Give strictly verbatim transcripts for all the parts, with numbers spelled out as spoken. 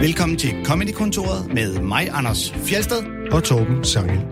Velkommen til Comedy-kontoret med mig, Anders Fjeldsted og Torben Sangel.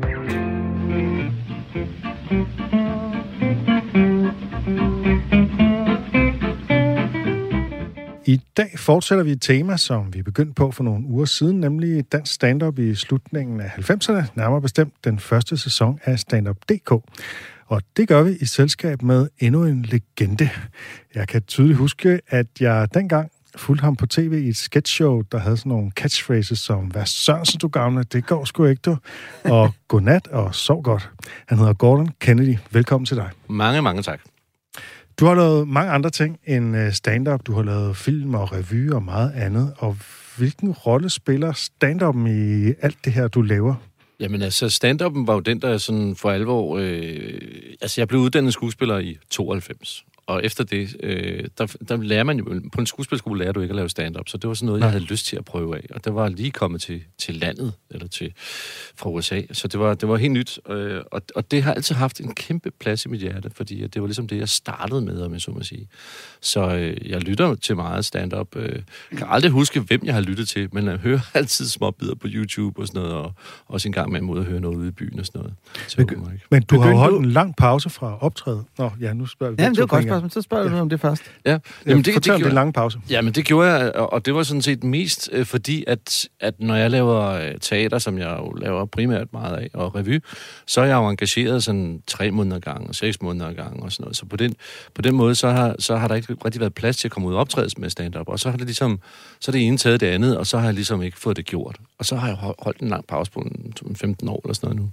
I dag fortsætter vi et tema, som vi begyndte på for nogle uger siden, nemlig dansk stand-up i slutningen af halvfemserne, nærmere bestemt den første sæson af Stand Up punktum d k. Og det gør vi i selskab med endnu en legende. Jeg kan tydeligt huske, at jeg dengang fulgte ham på tv i et sketchshow, der havde sådan nogle catchphrases som "Hvad Sørensen, du gamle, det går sgu ikke, du", og "Godnat" og "Sov godt". Han hedder Gordon Kennedy. Velkommen til dig. Mange, mange tak. Du har lavet mange andre ting end stand-up. Du har lavet film og revy og meget andet. Og hvilken rolle spiller stand-up'en i alt det her, du laver? Jamen altså, stand-up'en var jo den, der sådan for alvor... Øh, altså, jeg blev uddannet skuespiller i tooghalvfems. Og efter det, øh, der, der lærer man jo... På en skuespilskole lærer du ikke at lave stand-up, så det var sådan noget, Nej. jeg havde lyst til at prøve af. Og det var lige kommet til, til landet, eller til fra U S A. Så det var, det var helt nyt. Øh, og, og det har altid haft en kæmpe plads i mit hjerte, fordi det var ligesom det, jeg startede med, om jeg så må sige. Så øh, jeg lytter til meget stand-up. Øh, kan aldrig huske, hvem jeg har lyttet til, men jeg hører altid små bidder på YouTube og sådan noget, og også en gang med en måde at høre noget ude i byen og sådan noget. Så men, men du har jo holdt en lang pause fra optræde. Nå, ja, nu spørger vi. Ja, det var godt spørgsmål. Så spørger du ja. om det først. Ja, jamen, det, fortæl det, det om det lange pause. Ja, men det gjorde jeg, og det var sådan set mest øh, fordi, at, at når jeg laver øh, teater, som jeg jo laver primært meget af, og revy, så er jeg jo engageret sådan tre måneder gang, og seks måneder gang og sådan noget. Så på den, på den måde, så har, så har der ikke rigtig været plads til at komme ud og optrædes med stand-up, og så har det ligesom, så er det ene taget det andet, og så har jeg ligesom ikke fået det gjort. Og så har jeg holdt en lang pause på en femten år eller sådan noget nu.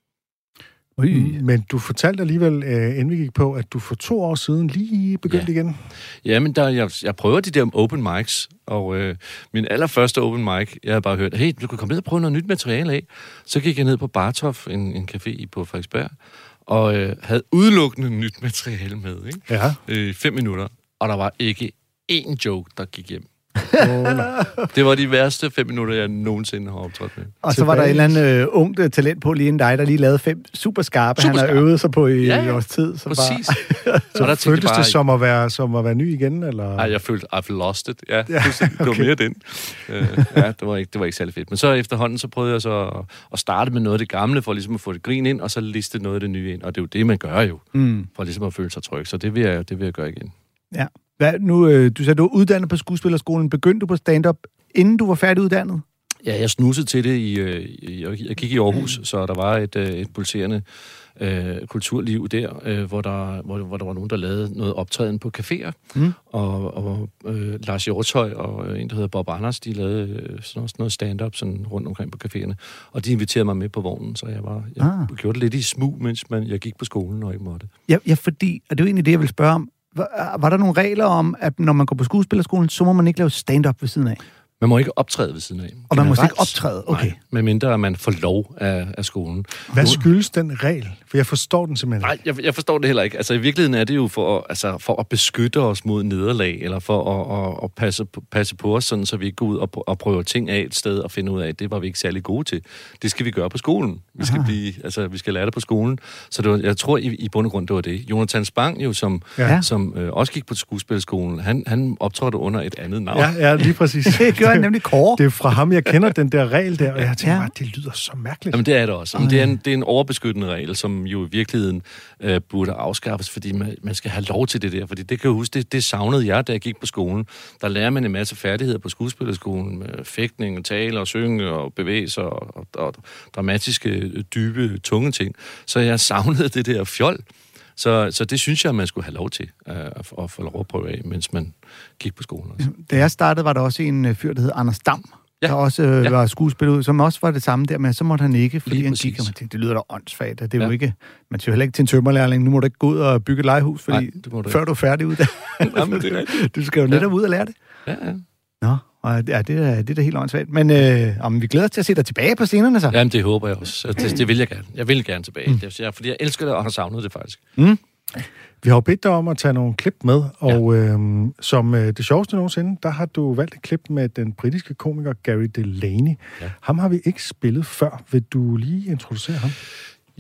Ui. Men du fortalte alligevel, øh, inden vi gik på, at du for to år siden lige begyndte ja. igen. Ja, men der, jeg, jeg prøver de der open mics, og øh, min allerførste open mic, jeg havde bare hørt, hey, du kan komme ned og prøve noget nyt materiale af. Så gik jeg ned på Bartof, en, en café på Frederiksberg, og øh, havde udelukkende nyt materiale med, ikke? Ja. Øh, fem minutter, og der var ikke én joke, der gik hjem. Oh, det var de værste fem minutter, jeg nogensinde har optrådt med. Og så var der en eller anden øh, ungt talent på lige inden dig, der lige lavede fem super skarpe, super han har øvet sig på i ja, ja. års tid. Så præcis. Bare... så der føltes bare... det som at, være, som at være ny igen, eller? Nej, jeg følte, I've lost it. Ja, ja okay. Det var mere den. Uh, ja, det var, ikke, det var ikke særlig fedt. Men så efterhånden, så prøvede jeg så at, at starte med noget af det gamle, for ligesom at få det grin ind, og så liste noget af det nye ind. Og det er jo det, man gør jo, mm. for ligesom at føle sig tryg. Så det vil jeg, det vil jeg gøre igen. Ja. Hvad, nu, øh, du sagde, du var uddannet på skuespillerskolen. Begyndte du på stand-up, inden du var færdiguddannet? Ja, jeg snusede til det i... Øh, jeg gik i Aarhus, så der var et, øh, et pulserende øh, kulturliv der, øh, hvor, der, hvor, hvor der var nogen, der lavede noget optræden på caféer. Mm. Og, og øh, Lars Hjortøj og en, der hedder Bob Anders, de lavede øh, sådan noget stand-up sådan rundt omkring på caféerne. Og de inviterede mig med på vognen, så jeg, var, jeg ah. gjorde det lidt i smug, mens man, jeg gik på skolen og ikke måtte. Ja, ja, fordi... Og det er jo egentlig det, jeg vil spørge om. Var, var der nogle regler om, at når man går på skuespillerskolen, så må man ikke lave stand-up ved siden af? Man må ikke optræde ved siden af. Og man må ikke optræde? Okay. Nej, medmindre man får lov af, af skolen. Hvad skyldes den regel? For jeg forstår den simpelthen ikke. Nej, jeg, jeg forstår det heller ikke. Altså i virkeligheden er det jo for, altså, for at beskytte os mod nederlag, eller for at, at, at passe, passe på os, sådan, så vi ikke går ud og, og prøver ting af et sted og finder ud af, at det var vi ikke særlig gode til. Det skal vi gøre på skolen. Vi skal, blive, altså, vi skal lære det på skolen. Så det var, jeg tror i, i bund og grund, det var det. Jonathan Spang, jo, som, ja. som øh, også gik på skuespillerskolen, han, han optrådte under et andet navn. Ja, ja lige præcis. Det gør han nemlig Kåre. Det er fra ham, jeg kender den der regel der, og jeg tænker bare, ja. det lyder så mærkeligt. Jamen det er det også. Jamen, det, er en, det er en overbeskyttende regel, som jo i virkeligheden øh, burde afskaffes, fordi man, man skal have lov til det der. Fordi det kan jeg huske, det, det savnede jeg, da jeg gik på skolen. Der lærer man en masse færdigheder på skuespillerskolen, med fægtning, tale og synge og bevæge sig og, og, og dramatiske, dybe, tunge ting. Så jeg savnede det der fjol. Så, så det synes jeg, man skulle have lov til uh, at, at få lov at prøve af, mens man gik på skolen også. Da jeg startede, var der også en fyr, der hed Anders Dam, ja. der også øh, ja. var skuespiller ud, som også var det samme der, men så måtte han ikke, fordi Lige han gik, og man tænkte, det lyder da åndssvagt, det er ja. jo ikke, man siger heller ikke til en tømmerlærling, nu må du ikke gå ud og bygge et legehus, fordi Nej, du før du er færdig ud der. Jamen, det er rigtigt. Du skal jo netop ja. ud og lære det. Ja, ja. Nå, og ja, det, er, det er da helt åndssvagt. Men øh, om vi glæder os til at se dig tilbage på scenerne, så? Jamen, det håber jeg også. Det, det vil jeg gerne. Jeg vil gerne tilbage. Mm. Det, fordi jeg elsker det, og har savnet det faktisk. Mm. Vi har jo bedt dig om at tage nogle klip med, og ja. øhm, som øh, det sjoveste nogensinde, der har du valgt et klip med den britiske komiker Gary Delaney. Ja. Ham har vi ikke spillet før. Vil du lige introducere ham?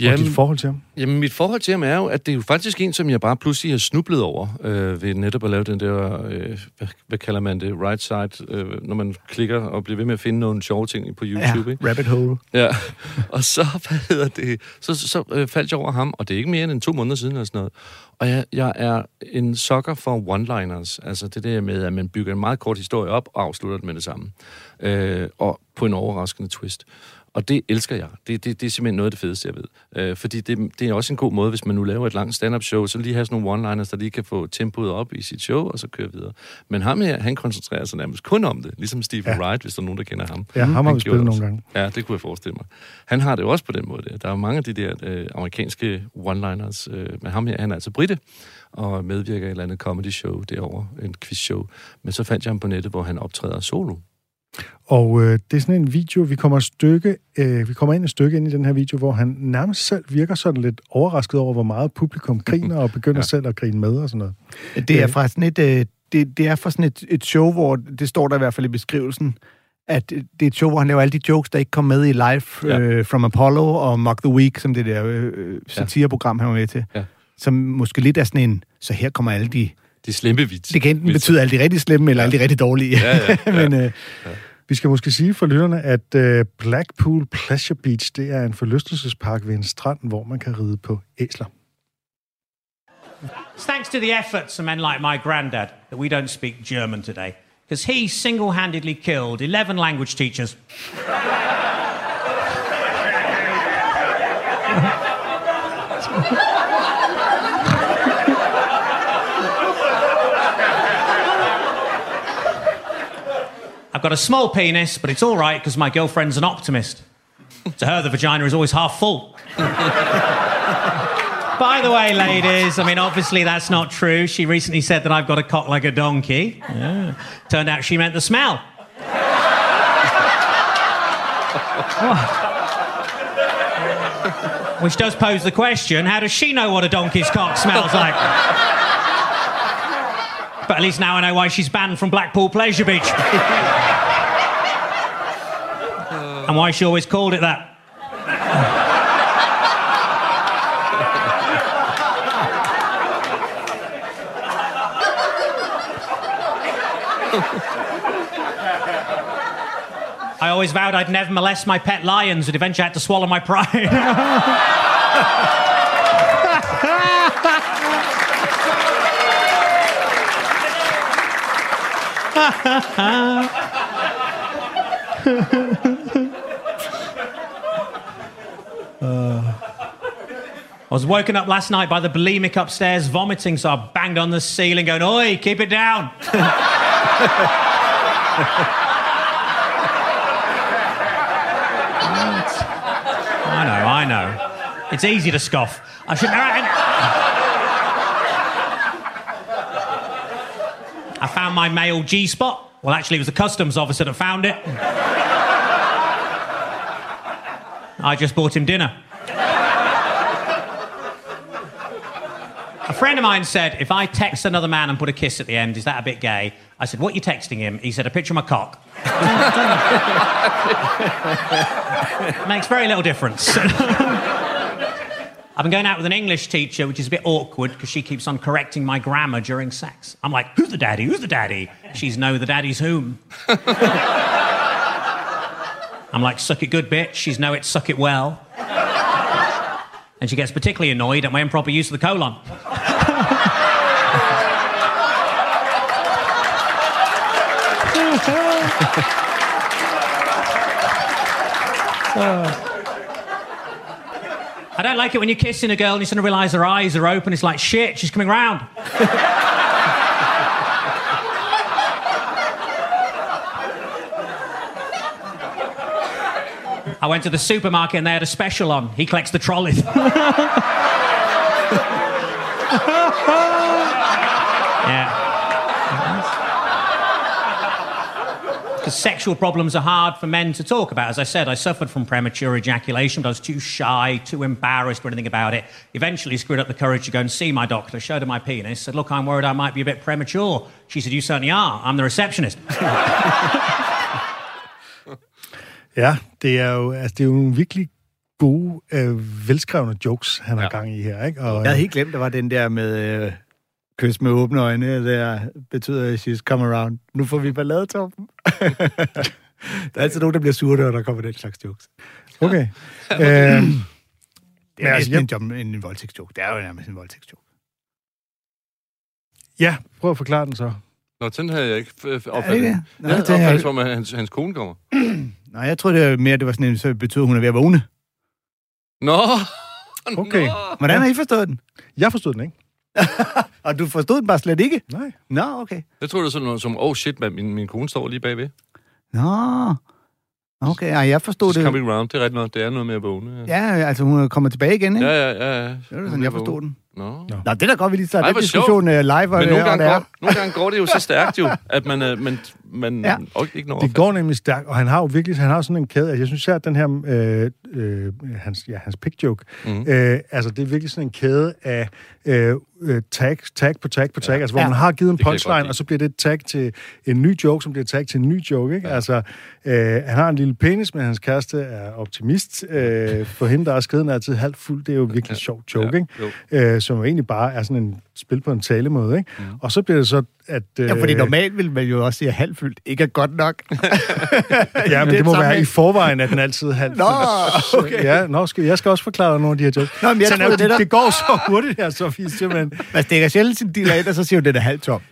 Jamen, og dit forhold til ham? Jamen, mit forhold til ham er jo, at det er jo faktisk en, som jeg bare pludselig har snublet over øh, ved netop at lave den der, øh, hvad, hvad kalder man det, right side, øh, når man klikker og bliver ved med at finde nogle sjove ting på YouTube. Ja, ikke? rabbit hole. Ja, og så, hvad hedder det, så, så, så øh, faldt jeg over ham, og det er ikke mere end to måneder siden eller sådan noget. Og jeg, jeg er en sucker for one-liners, altså det der med, at man bygger en meget kort historie op og afslutter det med det samme. Øh, og på en overraskende twist. Og det elsker jeg. Det, det, det er simpelthen noget af det fedeste, jeg ved. Øh, fordi det, det er også en god måde, hvis man nu laver et langt stand-up show, så lige have sådan nogle one-liners, der lige kan få tempoet op i sit show, og så køre videre. Men ham her, han koncentrerer sig nærmest kun om det. Ligesom Stephen ja. Wright, hvis der er nogen, der kender ham. Ja, ham har vi spillet nogle gange. Ja, det kunne jeg forestille mig. Han har det jo også på den måde. Der, der er mange af de der øh, amerikanske one-liners, øh, men ham her, han er altså brite, og medvirker i et eller andet comedy show derovre, en quiz-show. Men så fandt jeg ham på nettet, hvor han optræder solo. Og øh, det er sådan en video, vi kommer et stykke, øh, vi kommer ind et stykke ind i den her video, hvor han nærmest selv virker sådan lidt overrasket over, hvor meget publikum griner, og begynder ja. selv at grine med og sådan noget. Det er fra sådan et, øh, det, det er fra sådan et, et show, hvor det står der i hvert fald i beskrivelsen, at det er et show, hvor han laver alle de jokes, der ikke kom med i Live ja. øh, from Apollo og Mock the Week, som det der øh, satireprogram, han var med til. Ja. Som måske lidt er sådan en, så her kommer alle de... De slemme vits. Det kan enten betyde alle de rigtig slemme, eller ja. alle de rigtig dårlige. Ja, ja, ja. Men øh, ja. vi skal måske sige for lytterne, at øh, Blackpool Pleasure Beach, det er en forlystelsespark ved en strand, hvor man kan ride på æsler. It's thanks to the efforts of men like my granddad that we don't speak German today, because he single-handedly killed eleven language teachers. I've got a small penis, but it's all right because my girlfriend's an optimist. To her, the vagina is always half full. By the way, ladies, I mean, obviously that's not true. She recently said that I've got a cock like a donkey. Yeah. Turned out she meant the smell. Which does pose the question, how does she know what a donkey's cock smells like? But at least now I know why she's banned from Blackpool Pleasure Beach. And why she always called it that. I always vowed I'd never molest my pet lions and eventually had to swallow my pride. uh, I was woken up last night by the bulimic upstairs vomiting, so I banged on the ceiling going, "Oi, keep it down." I know, I know. It's easy to scoff. I should... I found my male G-spot. Well, actually, it was the customs officer that found it. I just bought him dinner. A friend of mine said, if I text another man and put a kiss at the end, is that a bit gay? I said, what are you texting him? He said, a picture of my cock. Makes very little difference. I've been going out with an English teacher, which is a bit awkward because she keeps on correcting my grammar during sex. I'm like, who's the daddy? Who's the daddy? She's no, the daddy's whom. I'm like, suck it good, bitch. She's no, it's suck it well. And she gets particularly annoyed at my improper use of the colon. uh. I don't like it when you're kissing a girl and you suddenly realise her eyes are open. It's like, shit, she's coming round. I went to the supermarket and they had a special on. He collects the trolleys. Yeah. Because sexual problems are hard for men to talk about. As I said, I suffered from premature ejaculation, but I was too shy, too embarrassed or anything about it. Eventually screwed up the courage to go and see my doctor, showed her my penis, said, look, I'm worried I might be a bit premature. She said, you certainly are. I'm the receptionist. Ja, det er jo, altså, det er jo en virkelig gode, øh, velskrevne jokes, han har ja. gang i her, ikke? Og, jeg havde helt glemt, der var den der med øh, kys med åbne øjne, der betyder, she's come around. Nu får vi ballade, Torben. Der er altid nogen, der bliver sure, når der kommer den slags jokes. Okay. Ja. øhm, det er altså, en, job, en, en voldtægtsjoke. Det er jo nærmest en voldtægtsjoke. Ja, prøv at forklare den så. Nå, den havde jeg ikke opfattet. Ja, jeg havde opfattet, som at hans, hans kone kommer. Nej, jeg tror det er mere, det var sådan en, så betyder, hun er ved at vågne. Nå! Okay. Nå. Hvordan har I forstået den? Jeg forstod den ikke. Og du forstod den bare slet ikke? Nej. Nå, okay. Jeg tror, det er sådan noget som, oh shit, man, min, min kone står lige bagved. Nå, okay, ja, jeg forstod She's det. coming around, det er rigtigt noget. Det er noget med at vågne. Ja, ja altså hun kommer tilbage igen, ikke? Ja, ja, ja. ja. Det er sådan, jeg forstod den. Nå. Nå, det er da godt, vi lige tager Ej, den diskussion uh, live, og Men det nogle er, gange, det er. går, nogle gange går det jo så stærkt jo, at man, uh, man, man ja. ikke når det går nemlig stærkt, og han har jo virkelig, han har sådan en kæde, altså jeg synes at den her, øh, øh, hans, ja, hans pick joke, mm. øh, altså det er virkelig sådan en kæde af øh, tag, tag på tag på tag, ja. altså hvor ja. man har givet en punchline, og så bliver det et tag til en ny joke, som bliver et tag til en ny joke, ikke? Ja. Altså, øh, han har en lille penis, men hans kæreste er optimist. Øh, for hende, der er skeden altid halvt fuld, det er jo virkelig ja. sjovt joke, ja. ikke? Øh, som jo egentlig bare er sådan en spil på en talemåde, ikke? Mm. Og så bliver det så, at... Øh, ja, fordi normalt vil man jo også sige, at halvfyldt ikke er godt nok. ja, men det, det må være i forvejen, at den altid er halvfyldt. Nå, okay. Ja, nå, skal, jeg skal også forklare dig nogle af de her jokes. Nå, men jeg så, tror, det, det, der... det går så hurtigt her, Sofie, simpelthen. Man stikker sjældent sin dealer ind, og så siger du, det er halvt tom.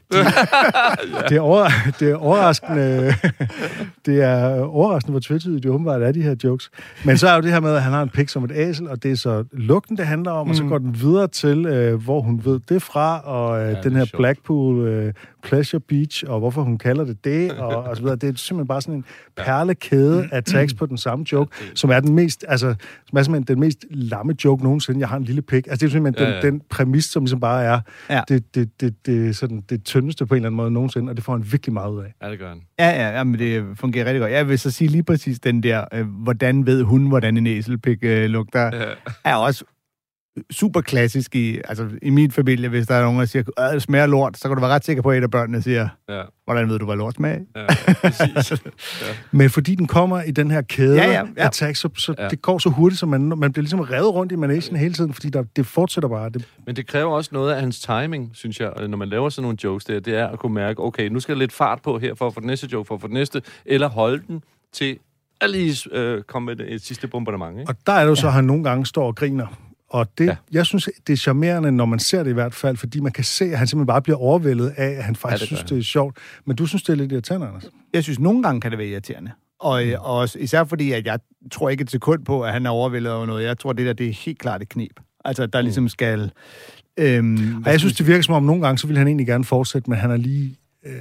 det, er over, det er overraskende... det er overraskende, hvor tvetydigt det åbenbart er, de her jokes. Men så er jo det her med, at han har en pik som et æsel, og det er så lugten, det handler om, mm. og så går den videre til, øh, hvor hun ved det fra, og øh, ja, den her sjovt. Blackpool øh, Pleasure Beach, og hvorfor hun kalder det det, og, og så videre. Det er simpelthen bare sådan en perlekæde af tags på den samme joke, som er den mest, altså, som er simpelthen den mest lamme joke nogensinde. Jeg har en lille pik. Altså, det er simpelthen ja, ja. Den, den præmis, som ligesom bare er ja. det, det, det, det, sådan, det tyndeste på en eller anden måde nogensinde, og det får han virkelig meget ud af. Ja, det gør han. Ja, ja, ja, men det fungerer rigtig godt. Jeg vil så sige lige præcis den der, øh, hvordan ved hun, hvordan en æselpik øh, lugter, ja. er også super klassisk i, altså i min familie, hvis der er nogen, der siger, at det smager lort, så kan du være ret sikker på, at et af børnene siger, ja. hvordan ved du, hvad lort smager? Ja, præcis. ja. Men fordi den kommer i den her kæde ja, ja, ja. af tags, så, så ja. det går så hurtigt, så man, man bliver ligesom revet rundt i managen hele tiden, fordi der, det fortsætter bare. Det... Men det kræver også noget af hans timing, synes jeg, når man laver sådan nogle jokes der, det er at kunne mærke, okay, nu skal der lidt fart på her for at få den næste joke, for at få den næste, eller holde den til at lige øh, komme med et sidste bombardement. Ikke? Og der er det jo så, at han nogle gange står og griner. Og det, ja. jeg synes, det er charmerende, når man ser det i hvert fald, fordi man kan se, at han simpelthen bare bliver overvældet af, at han faktisk ja, det synes, det er sjovt. Men du synes, det er lidt irriterende, Anders? Jeg synes, nogle gange kan det være irriterende. Og, mm. og især fordi, at jeg tror ikke et sekund på, at han er overvældet over noget. Jeg tror, det der, det er helt klart et knep. Altså, der ligesom skal... Øhm, og jeg synes, det virker som om, nogle gange, så vil han egentlig gerne fortsætte, men han er lige... Øh...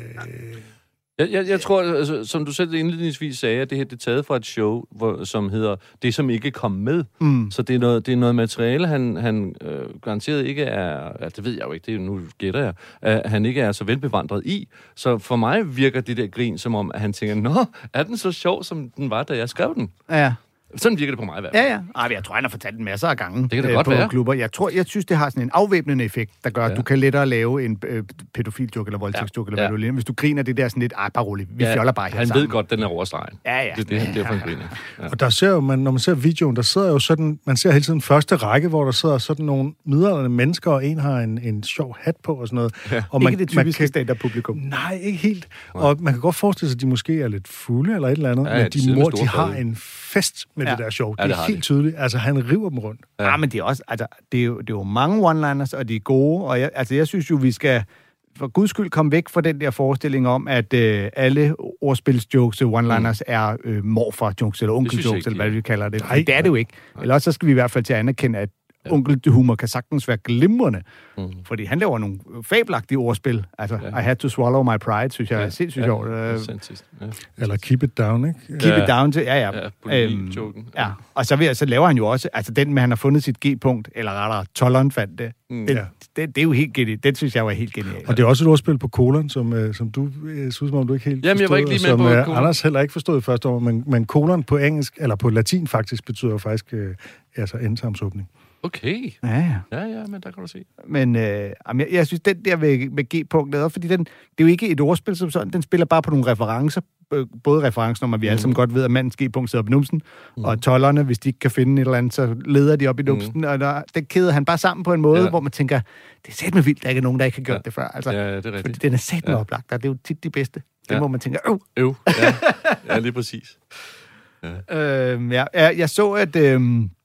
Jeg, jeg, jeg tror, altså, som du selv indledningsvis sagde, at det her det er taget fra et show, hvor, som hedder Det, som ikke kom med. Mm. Så det er noget, det er noget materiale, han, han øh, garanteret ikke er... Ja, det ved jeg jo ikke, det er, nu gætter jeg. At han ikke er så velbevandret i. Så for mig virker det der grin, som om, at han tænker, nå, er den så sjov, som den var, da jeg skrev den? Ja. Sådan virker det på mig i hvert fald. Ja, ja. Ej, jeg tror, han har fortalt den masser af gange. Det kan det øh, godt på være. Klubber. Jeg tror, jeg synes, det har sådan en afvæbnende effekt, der gør, at ja. du kan lettere lave en øh, pædofil-joke eller voldtægtsjoke, ja. eller hvad ja. du vil. Hvis du griner det der sådan lidt, ej, bare roligt, vi ja. fjoller bare her Han sammen. ved godt, den er overstregen. Ja, ja. Det, det, det er derfor, han griner. Ja. Og der ser jo, man, når man ser videoen, der sidder jo sådan, man ser hele tiden første række, hvor der sidder sådan nogle midaldrende mennesker, og en har en, en sjov hat på og sådan noget. Ja. Og man, ikke det typiske stand-up-publikum. Nej, ikke helt. Nej. Og man kan godt forestille sig, at de måske er lidt fulde eller et eller andet, ja, men de, mor, de har en fest med ja. det der show. Det, ja, det er helt tydeligt. Altså, han river dem rundt. Ja, ja men det er også, altså, det er jo, det er jo mange one-liners, og de er gode, og jeg, altså, jeg synes jo, vi skal for guds skyld komme væk fra den der forestilling om, at øh, alle ordspilsjokes, one-liners, mm. er øh, morfar-jokes, eller onkel-jokes, eller hvad vi kalder det. Nej, det er det jo ikke. Nej. Eller også så skal vi i hvert fald til at anerkende, at ja. onkelhumor kan sagtens være glimrende, mm. fordi han laver nogle fabelagtige ordspil. Altså, ja. I had to swallow my pride, synes jeg ja. er sindssygt sjovt. Ja. Ja. Eller keep it down, ikke? Keep ja. it down til, ja, ja. Ja, øhm, ja. Og så, vil, så laver han jo også, altså den med, han har fundet sit G-punkt, eller rettere, tolleren fandt det. Mm. Det, ja. det, det er jo helt genialt. Det synes jeg var helt genialt. Og det er også et ordspil på kolon, som, øh, som du øh, synes, om du ikke helt Jamen, jeg var ikke lige med som, på øh, kolon. Anders heller ikke forstod i første år, men, men kolon på engelsk, eller på latin faktisk, betyder jo faktisk øh, altså endetarmsåbning. Okay. Ja, ja. Ja, ja, men der kan du se. Men øh, jeg, jeg synes, den der med, med G-punktet, fordi den, det er jo ikke et ordspil som sådan, den spiller bare på nogle referencer både referencen om, at vi mm. alle sammen godt ved, at mandens G-punkt sidder op i numsen, mm. og tollerne, hvis de ikke kan finde et eller andet, så leder de op i numsen, mm. og der, den kæder han bare sammen på en måde, ja. hvor man tænker, det er satme vildt, der ikke er nogen, der ikke har gjort ja. det før. Altså, ja, det er rigtigt. Fordi den er satme ja. oplagt, og det er jo tit de bedste. Det ja. må man tænke, øv. Øv, ja. ja, lige præcis. Ja. Øh, ja, jeg så, at øh,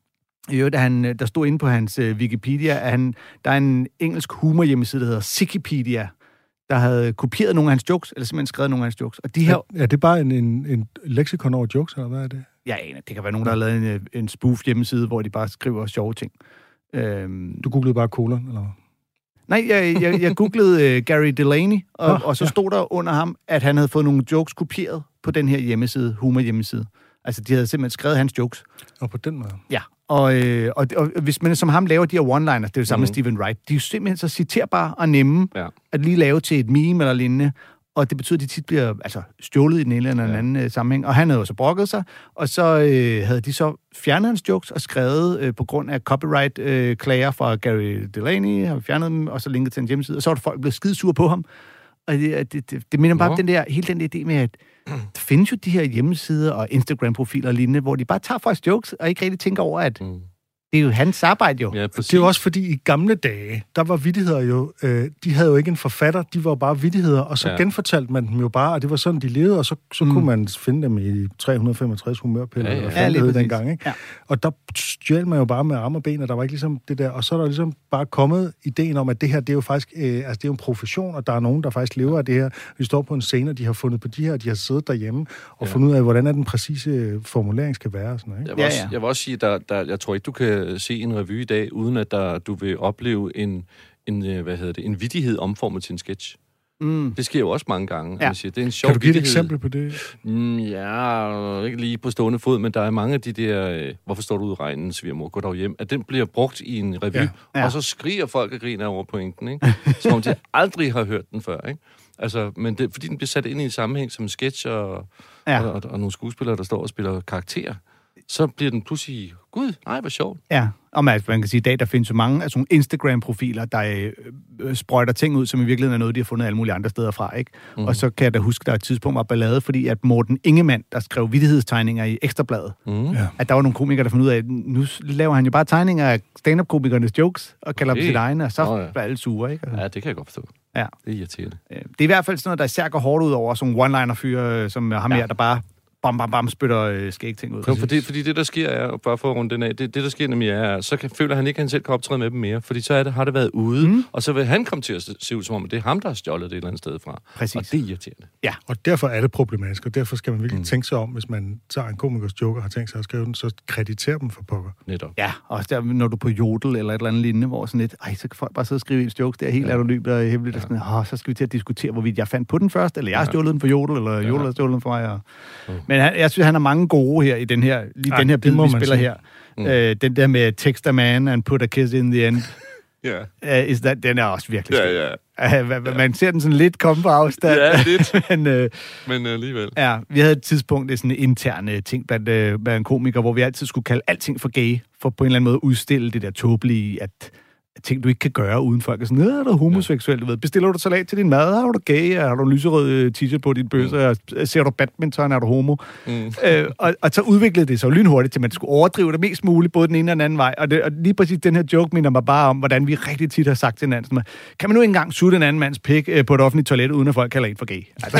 jo, der, han, der stod inde på hans øh, Wikipedia, at han, der er en engelsk humorhjemmeside, der hedder Sikipedia, der havde kopieret nogle af hans jokes, eller simpelthen skrevet nogle af hans jokes. Og de her... Er, er det bare en, en, en leksikon over jokes, eller hvad er det? Ja, det kan være nogen, der har lavet en, en spoof hjemmeside, hvor de bare skriver sjove ting. Øhm... Du googlede bare kolon, eller Nej, jeg, jeg, jeg googlede uh, Gary Delaney, og, oh, og så stod ja. der under ham, at han havde fået nogle jokes kopieret på den her hjemmeside, humor-hjemmeside. Altså, de havde simpelthen skrevet hans jokes. Og på den måde? Ja, og, øh, og, og hvis man som ham laver de her one-liners, det er jo samme med mm. Stephen Wright, de er jo simpelthen så citerbare og nemme ja. at lige lave til et meme eller lignende, og det betyder, at de tit bliver altså, stjålet i den ene eller den anden ja. sammenhæng. Og han havde jo så brokket sig, og så øh, havde de så fjernet hans jokes og skrevet øh, på grund af copyright-klager øh, fra Gary Delaney, har fjernet dem, og så linket til en hjemmeside, og så var der folk blevet skidesure på ham. Og det, det, det, det minder bare om den der, hele den idé med, at der findes jo de her hjemmesider og Instagram-profiler og lignende, hvor de bare tager folks jokes, og ikke rigtig tænker over, at mm. det er jo hans arbejde jo. Ja, det er jo også fordi, i gamle dage, der var vittigheder jo, øh, de havde jo ikke en forfatter, de var bare vittigheder, og så ja. genfortalte man dem jo bare, og det var sådan, de levede, og så, så mm. kunne man finde dem i tre hundrede og femogtres humørpiller, ja, ja. eller hvad ja, dengang, ikke? Ja. Og der stjælte man jo bare med arme og ben, og der var ikke ligesom det der, og så er der ligesom bare kommet ideen om, at det her, det er jo faktisk, øh, altså det er jo en profession, og der er nogen, der faktisk lever af det her. Vi står på en scene, og de har fundet på de her, de har siddet derhjemme, og ja. fundet ud af, hvordan er den præcise formulering skal være, sådan, ikke? Jeg vil, ja, ja. Også, jeg vil også sige, der, der, jeg tror ikke, du kan se en revue i dag, uden at der, du vil opleve en, en, hvad hedder det, en vittighed omformet til en sketch. Mm. Det sker jo også mange gange. Ja. Man siger, det er en sjov kan du give et vittighed. eksempel på det? Mm, ja, ikke lige på stående fod, men der er mange af de der, øh, hvorfor står du ude i regnen, svigermor, gå dog hjem, at den bliver brugt i en revue, ja. Ja. og så skriger folk og griner over pointen, ikke? Som om de aldrig har hørt den før, ikke? Altså, men det, fordi den bliver sat ind i en sammenhæng som en sketch, og, ja. og, og, og nogle skuespillere, der står og spiller karakterer, så bliver den pludselig, gud, nej, hvor sjovt. Ja, og man kan sige, at i dag, der findes jo mange af sådan Instagram-profiler, der øh, sprøjter ting ud, som i virkeligheden er noget, de har fundet alle mulige andre steder fra, ikke? Mm. Og så kan jeg da huske, der er et tidspunkt var ballade, fordi at Morten Ingemann, der skrev vittighedstegninger i Ekstrabladet, mm. ja. at der var nogle komikere, der fandt ud af, at nu laver han jo bare tegninger af stand-up-komikernes jokes, og kalder okay. dem sit egne, og så oh, ja. bliver alle sure, ikke? Altså. Ja, det kan jeg godt forstå. Ja. Det er irriterende. Det er i hvert fald sådan noget, der især går hårdt ud over sådan one-liner-fyre, som ham ja. her, der bare bam, bam, bam, spytter øh, skægting ud. Jo, fordi, fordi det, der sker, er, bare for at runde den af, det, det der sker nemlig er, så kan, føler han ikke, at han selv kan optræde med dem mere, fordi så er det, har det været ude, mm. og så vil han komme til at se ud som om, at det er ham, der har stjålet det et eller andet sted fra. Præcis. Og det er irriterende. Ja, og derfor er det problematisk, og derfor skal man virkelig mm. tænke sig om, hvis man tager en komikers joke og har tænkt sig at skrive den, så krediterer dem for pokker. Netop. Ja, og der, når du er på Jodel eller et eller andet lignende, hvor sådan lidt, ej, så kan folk bare sidde og skrive ens jokes, det er helt ja. anonymt og hemmeligt, ja. og sådan, åh, så skal vi til at diskutere, hvorvidt jeg fandt på den først, eller jeg har stjålet den for Jodel, eller ja. Jodel har stjålet den for mig. Og... Uh. Men han, jeg synes, han har mange gode her i den her, lige Ej, den her bid, vi spiller sige. her. Mm. Øh, den der med text a man and put a kiss in the end. Ja. Yeah. Uh, is that, den er også virkelig skøn. Ja, ja. Uh, man yeah. ser den sådan lidt komme på afstand. Ja, lidt. men, uh, men alligevel. Ja, vi havde et tidspunkt, det er sådan en interne ting blandt, uh, blandt komikere, hvor vi altid skulle kalde alting for gay, for på en eller anden måde udstille det der tåbelige, at ting, du ikke kan gøre, uden folk er sådan, er du homoseksuel, du ved. Bestiller du salat til din mad? Er du gay? Har du en lyserød t-shirt på din bøsse? Mm. Ser du badminton? Er du homo? Mm. Øh, og, og så udviklede det sig jo lynhurtigt til, at man skulle overdrive det mest muligt, både den ene og den anden vej. Og, det, og lige præcis den her joke minder mig bare om, hvordan vi rigtig tit har sagt til hinanden, sådan, kan man nu ikke engang suge en anden mands pik øh, på et offentligt toilet, uden at folk kalder en for gay? Altså.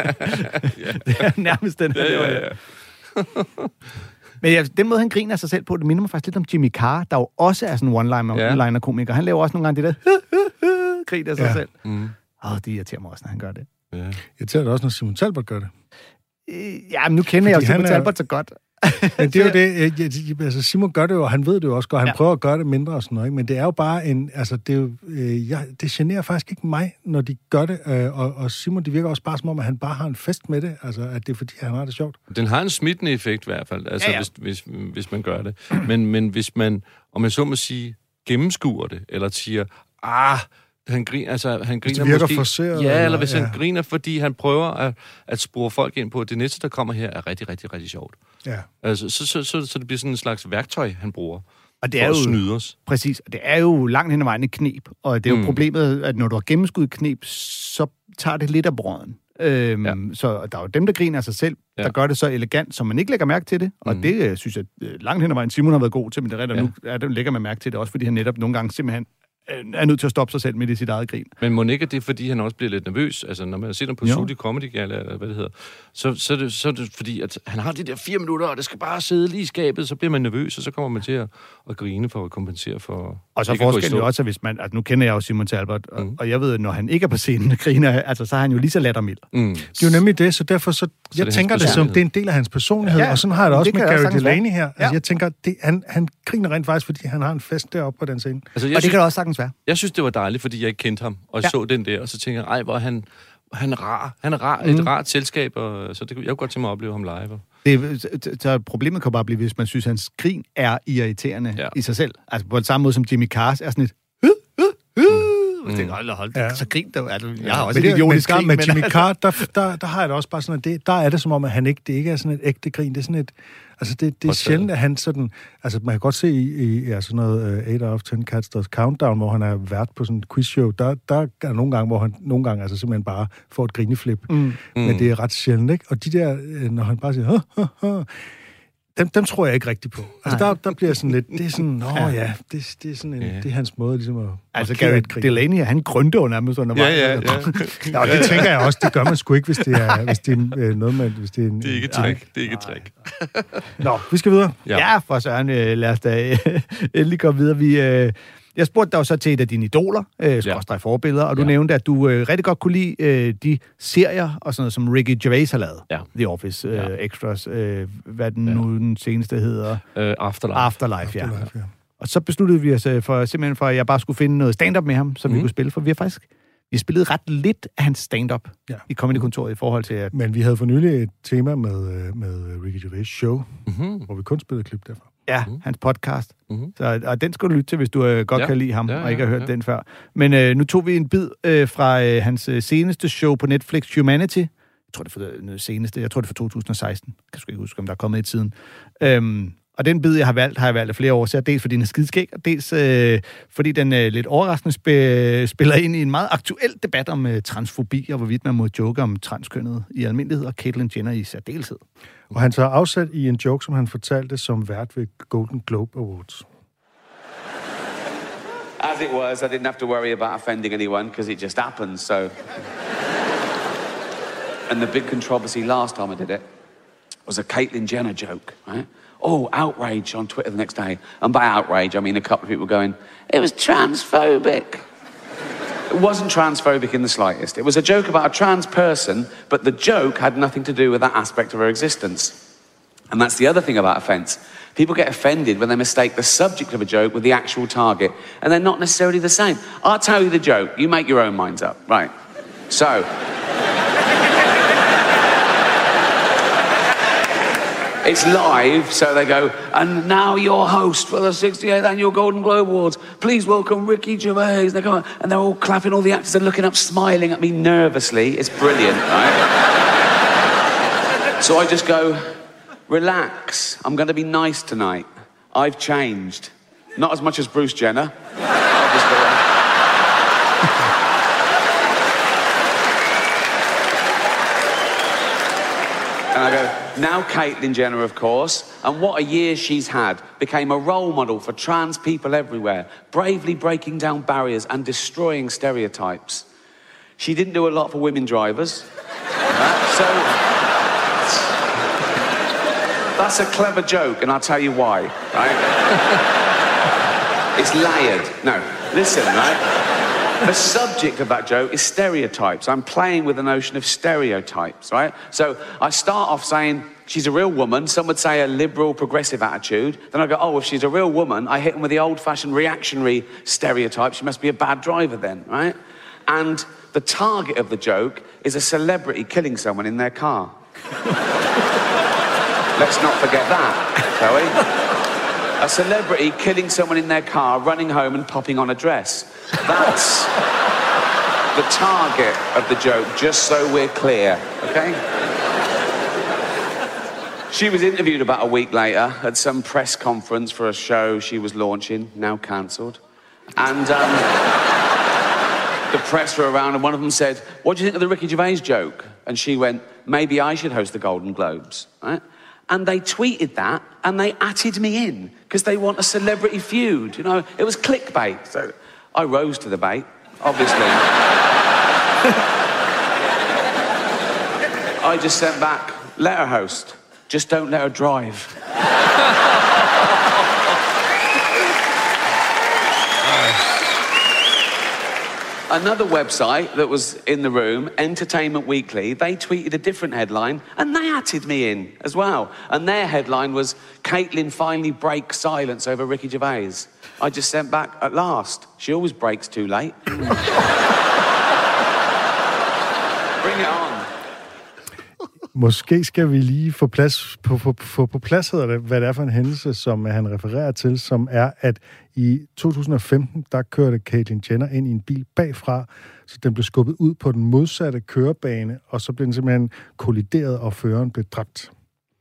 Det er nærmest den her. Ja, ja, ja. Men ja, den måde, han griner sig selv på, det minder mig faktisk lidt om Jimmy Carr, der jo også er sådan en one-liner-komiker. Han laver også nogle gange det der grin af sig ja. selv. Mm. Åh, det irriterer mig også, når han gør det. Ja. Irriterer det også, når Simon Talbot gør det? Ja, men nu kender Fordi jeg jo Simon er... Talbot så godt. Men det er jo det, altså Simon gør det jo, og han ved det jo også godt, han ja. prøver at gøre det mindre og sådan noget, ikke? Men det er jo bare en, altså det er jo, øh, jeg, det generer faktisk ikke mig, når de gør det, øh, og, og Simon, det virker også bare som om, at han bare har en fest med det, altså at det er fordi, han har det sjovt. Den har en smittende effekt i hvert fald, altså ja, ja. Hvis, hvis, hvis man gør det. Men, men hvis man, om man så må sige, gennemskuer det, eller siger, ah, han griner, altså han griner det virker måske, forseret, ja, eller hvis ja. han griner, fordi han prøver at, at spore folk ind på, at det næste, der kommer her, er rigtig, rigtig, rigtig sjovt. Ja. Altså, så, så, så, så det bliver sådan en slags værktøj, han bruger. Og det er for jo, at snyde os. Præcis, og det er jo langt hen ad vejen et knep, og det er jo mm. problemet, at når du har gennemskuddet knep, så tager det lidt af brøden. Øhm, ja. Så der er jo dem, der griner af sig selv, ja. der gør det så elegant, så man ikke lægger mærke til det. Og mm. det synes jeg langt hen ad vejen Simon har været god til, men det er ja. nu er det, lægger man mærke til det, også fordi han netop nogle gange simpelthen er nødt til at stoppe sig selv midt i sit eget grin. Men må ikke det er, fordi han også bliver lidt nervøs? Altså, når man ser ham på Sudi Comedy Gala, eller hvad det hedder, så, så, er det, så er det fordi, at han har de der fire minutter, og det skal bare sidde lige i skabet, så bliver man nervøs, og så kommer man til at, at grine for at kompensere for... Og så forskellen jo også, at hvis man... Altså, nu kender jeg jo Simon Talbot, og, mm. og jeg ved, at når han ikke er på scenen og griner, altså, så er han jo lige så lattermild. Mm. Det er jo nemlig det, så derfor så... så jeg det tænker det som, det er en del af hans personlighed, ja, og sådan har jeg det også det med Gary Delaney her. Altså, ja. Jeg tænker, det, han, han griner rent faktisk, fordi han har en fest deroppe på den scene. Altså, og det synes, kan det også sagtens være. Jeg synes, det var dejligt, fordi jeg ikke kendte ham, og ja. så den der, og så tænker jeg, ej, hvor han, han er rar. Han er rar, mm. et rart selskab, og så det, jeg kunne godt tænke mig at opleve ham live. Det, så problemet kan bare blive, hvis man synes, hans grin er irriterende ja. i sig selv. Altså på den samme måde som Jimmy Carrs er sådan et... Øh, øh, øh. Mm. Jeg tænker, hold da, hold da, ja. så grin der. Altså, jeg har også men et idiotisk grin. Men med Jimmy Carr, der, der, der har jeg det også bare sådan, at det, der er det som om, at han ikke, det ikke er sådan et ægte grin. Det er sådan et... Altså, det, det er sjældent, at han sådan... Altså, man kan godt se i, i ja, sådan noget uh, eight out of ten Cats Does Countdown, hvor han er vært på sådan et quizshow, der, der er nogle gange, hvor han nogle gange altså simpelthen bare får et grineflip. Mm. Men det er ret sjældent, ikke? Og de der, når han bare siger... Huh, huh, huh, Dem, dem tror jeg ikke rigtigt på. Altså, der, der bliver sådan lidt... Det er sådan... Nå ja, ja det, det, er sådan en, det er hans måde ligesom at... Altså, Gary Delaney, han grønte jo nærmest undervejs. Ja, ja, ja. ja, og det tænker jeg også, det gør man sgu ikke, hvis det er, hvis det er noget med... Hvis det, er en, det er ikke et trick. Det er ikke et trick. Nå, vi skal videre. Ja, ja for Søren, lad os da endelig gå videre. Vi... Øh, Jeg spurgte dig jo så til et af dine idoler, øh, skråstreg forbilleder, og du ja. nævnte, at du øh, rigtig godt kunne lide øh, de serier og sådan noget, som Ricky Gervais har lavet. Ja. The Office, øh, ja. Extras, øh, hvad den ja. nu den seneste hedder. Uh, Afterlife. Afterlife, ja. Afterlife, ja. Og så besluttede vi os for, simpelthen for, at jeg bare skulle finde noget stand-up med ham, som mm. vi kunne spille, for vi har faktisk vi har spillet ret lidt af hans stand-up ja. i Comedy-kontoret i forhold til... At... Men vi havde for nylig et tema med, med Ricky Gervais show, mm-hmm. hvor vi kun spillede klip derfra. Ja, mm. hans podcast. Mm-hmm. Så, og den skal du lytte til, hvis du øh, godt ja. kan lide ham, ja, ja, og ikke har hørt ja. den før. Men øh, nu tog vi en bid øh, fra øh, hans øh, seneste show på Netflix, Humanity. Jeg tror, det er for det seneste. Jeg tror, det er for to tusind og seksten. Jeg kan sgu ikke huske, om der er kommet et siden. Øhm, og den bid, jeg har valgt, har jeg valgt af flere år. Så dels fordi den er skidskæg, og dels øh, fordi den øh, lidt overraskende sp- spiller ind i en meget aktuel debat om øh, transfobi, og hvorvidt man må joke om transkønnet i almindelighed, og Caitlyn Jenner i særdeleshed. Og han så afsat i en joke, som han fortalte som vært ved Golden Globe Awards. As it was, I didn't have to worry about offending anyone, because it just happened, so... And the big controversy last time I did it was a Caitlyn Jenner joke, right? Oh, outrage on Twitter the next day. And by outrage, I mean a couple of people going, it was transphobic. It wasn't transphobic in the slightest. It was a joke about a trans person, but the joke had nothing to do with that aspect of her existence. And that's the other thing about offence. People get offended when they mistake the subject of a joke with the actual target, and they're not necessarily the same. I'll tell you the joke. You make your own minds up. Right. So... It's live, so they go, and now your host for the sixty-eighth Annual Golden Globe Awards, please welcome Ricky Gervais. They come on, and they're all clapping, all the actors are looking up, smiling at me nervously. It's brilliant, right? So I just go, relax, I'm going to be nice tonight. I've changed. Not as much as Bruce Jenner. I'll just go, and I go, now Caitlyn Jenner, of course, and what a year she's had, became a role model for trans people everywhere, bravely breaking down barriers and destroying stereotypes. She didn't do a lot for women drivers. uh, so, that's a clever joke, and I'll tell you why, right? It's layered. No, listen, right? The subject of that joke is stereotypes. I'm playing with the notion of stereotypes, right? So I start off saying, she's a real woman. Some would say a liberal, progressive attitude. Then I go, oh, if she's a real woman, I hit them with the old-fashioned reactionary stereotype. She must be a bad driver then, right? And the target of the joke is a celebrity killing someone in their car. Let's not forget that, shall we? A celebrity killing someone in their car, running home and popping on a dress. That's the target of the joke, just so we're clear, okay? She was interviewed about a week later at some press conference for a show she was launching, now cancelled. And, um... the press were around, and one of them said, "What do you think of the Ricky Gervais joke?" And she went, "Maybe I should host the Golden Globes." Right? And they tweeted that, and they atted me in because they want a celebrity feud. You know, it was clickbait. So I rose to the bait, obviously. I just sent back, "Let her host. Just don't let her drive." Another website that was in the room, Entertainment Weekly, they tweeted a different headline, and they atted me in as well. And their headline was, "Caitlyn finally breaks silence over Ricky Gervais." I just sent back, "At last. She always breaks too late." Bring it on. Måske skal vi lige få plads på, på, på, på plads, hedder det, hvad det er for en hændelse, som han refererer til, som er, at i to tusind og femten, der kørte Caitlyn Jenner ind i en bil bagfra, så den blev skubbet ud på den modsatte kørebane, og så blev den simpelthen kollideret, og føreren blev dræbt.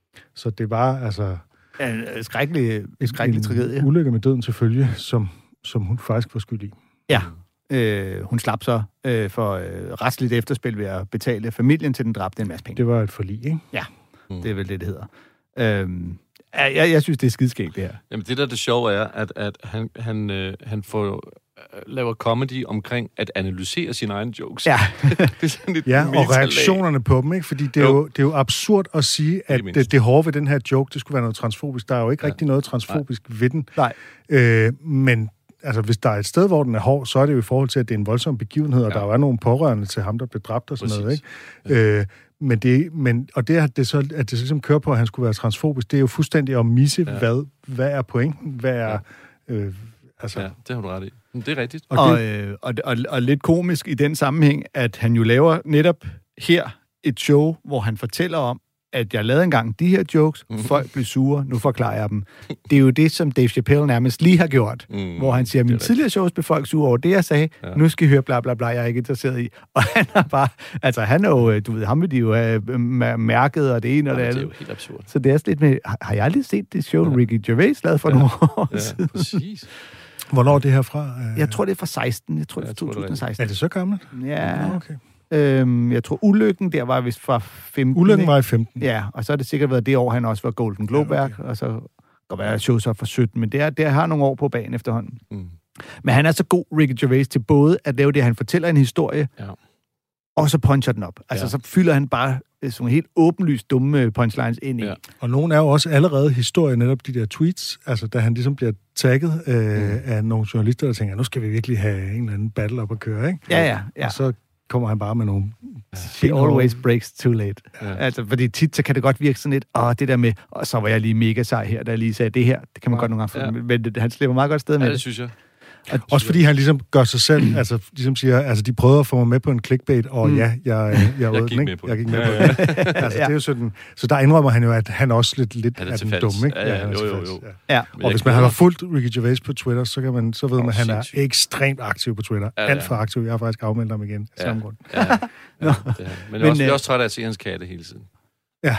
Så det var altså... En skrækkelig, en skrækkelig tragedie. Ulykke med døden til følge, som, som hun faktisk var skyld i. Ja. Øh, hun slap så øh, for øh, retsligt efterspil ved at betale familien til den dræbte en masse penge. Det var et forlig, ikke? Ja, mm. det er vel det, det hedder. Øhm, jeg, jeg synes, det er skidskægt, det her. Jamen, det der det sjove er, at, at han, han, øh, han får, øh, laver comedy omkring at analysere sine egne jokes. Ja, det er sådan lidt ja, og reaktionerne på dem, ikke? Fordi det er jo, det er jo absurd at sige, at det, det, det hårde ved den her joke, det skulle være noget transfobisk. Der er jo ikke ja. rigtig noget transfobisk Nej. ved den. Nej. Øh, men altså, hvis der er et sted, hvor den er hård, så er det jo i forhold til, at det er en voldsom begivenhed, og ja. der jo er nogle pårørende til ham, der blev dræbt og sådan Præcis. noget, ikke? Ja. Øh, men det, men, og det, at det så, at det så ligesom kører på, at han skulle være transfobisk, det er jo fuldstændig at misse, ja. hvad, hvad er pointen? Hvad er... Ja. Øh, altså... ja, det har du ret i. Det er rigtigt. Og, og, det... øh, og, og, og lidt komisk i den sammenhæng, at han jo laver netop her et show, hvor han fortæller om, at jeg lavede engang de her jokes, mm. folk blev sure, nu forklarer jeg dem. Det er jo det, som Dave Chappelle nærmest lige har gjort, mm. hvor han siger, mine tidligere shows blev folk sure over det, jeg sagde, ja. nu skal I høre bla bla bla, jeg er ikke interesseret i. Og han er bare, altså han er jo, du ved, ham vil de jo have mærket, og det ene og det andet. Det er jo helt absurd. Så det er lidt med, har jeg aldrig set det show, ja. Ricky Gervais lavede for ja. nogle år ja, siden? Præcis. Hvornår er det her fra? Jeg tror, det er fra seksten. Jeg tror, det er fra to tusind og seksten. Er det så gammelt? Ja. Nå, okay. Øhm, jeg tror, ulykken der var vist fra femten. Ulykken var i femten. Ja, og så har det sikkert været det år, han også var Golden Globe-værk, ja, okay. og så kan være shows op fra sytten, men det, er, det har nogle år på banen efterhånden. Mm. Men han er så god, Ricky Gervais, til både at lave det, han fortæller en historie, ja. og så puncher den op. Altså, ja. så fylder han bare sådan helt åbenlyst dumme punchlines ind i. Ja. Og nogle er jo også allerede historie, netop de der tweets, altså da han ligesom bliver tagget øh, mm. af nogle journalister, der tænker, nu skal vi virkelig have en eller anden battle op at køre, ikke? Ja, ja, ja. Og så kommer han bare med nogle... She always breaks too late. Ja. Altså, fordi tit, så kan det godt virke sådan lidt, åh, det der med, og så var jeg lige mega sej her, da jeg lige sagde det her, det kan man ja. godt nogle gange få, ja. men det, han slipper meget godt sted med ja, det. det synes jeg. At, også fordi han ligesom gør sig selv, altså ligesom siger, altså de prøvede at få mig med på en clickbait, og mm. ja, jeg, jeg, jeg, jeg, gik med på jeg gik med på det. Altså, det er jo sådan, så der indrømmer han jo, at han også lidt, lidt er, er den dumme, ikke? Ja, ja, jo, jo, jo. Ja. Ja. Og hvis man har fulgt Ricky Gervais på Twitter, så, kan man, så ved man, at han er ekstremt aktiv på Twitter. Ja, ja. Alt for aktiv. Jeg har faktisk afmeldt ham igen. Ja. Samme grund. Ja, ja. Ja, det er. Men jeg er også, øh, også træt af at se hans katte hele tiden. Ja,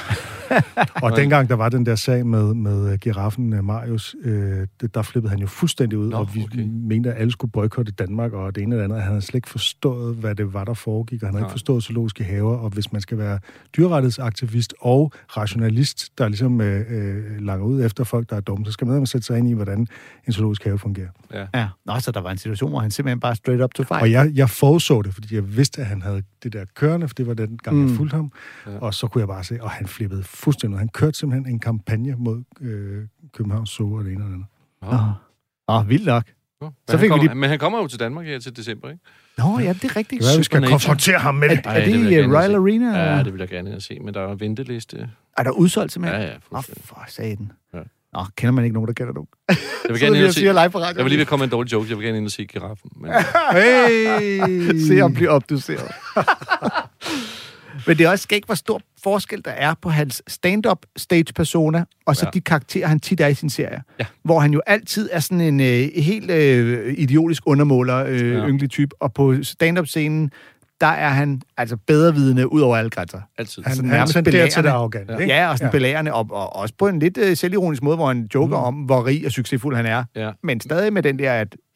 og dengang der var den der sag med, med giraffen Marius, øh, det, der flippede han jo fuldstændig ud, Nå, og vi okay. mente, at alle skulle boykotte Danmark, og det ene eller andet. Han havde slet ikke forstået, hvad det var, der foregik, og han havde Nej. ikke forstået zoologiske haver, og hvis man skal være dyrrettighedsaktivist og rationalist, der ligesom øh, øh, langer ud efter folk, der er dumme, så skal man sætte sig ind i, hvordan en zoologisk have fungerer. Ja. ja. Nå, så der var en situation, hvor han simpelthen bare straight up to fight. Og jeg, jeg forudså det, fordi jeg vidste, at han havde det der kørende, for det var den gang, mm. jeg fulgte ham, ja. og så kunne jeg bare se, og han flippede fuldstændig. Han kørte simpelthen en kampagne mod øh, Københavns Zoo og det ene og det andet. Åh, oh. oh, vildt nok. Ja. Så fik kommer, vi lige... Men han kommer jo til Danmark her til december, ikke? Nå, ja, det er rigtigt. Det er, vi skal konfrontere ham med det. Er, er det, det i Royal Arena? Ja, det vil jeg gerne se, men der er en venteliste. Er der udsolgt simpelthen? Ja, ja, fuldstændig. Åh, oh, for satan. Ja. Nå, kender man ikke nogen, der kender nogen? Jeg vil gerne ind og se... Jeg vil lige ved komme en dårlig joke. Jeg vil gerne ind og se giraffen. Men... hey! Se ham blive obduceret. Men det er også skægt, hvor stor forskel der er på hans stand-up stage-persona, og så ja. de karakterer, han tit er i sin serie. Ja. Hvor han jo altid er sådan en øh, helt øh, idiotisk undermåler, øh, ja. ynglig type, og på stand-up-scenen, der er han altså bedrevidende ud over alle grænser. Altid. Han, han tenderer til det arrogant, ja. ikke? Ja, og sådan ja. belærende, og, og også på en lidt øh, selvironisk måde, hvor han joker mm. om, hvor rig og succesfuld han er. Ja. Men stadig med den der, at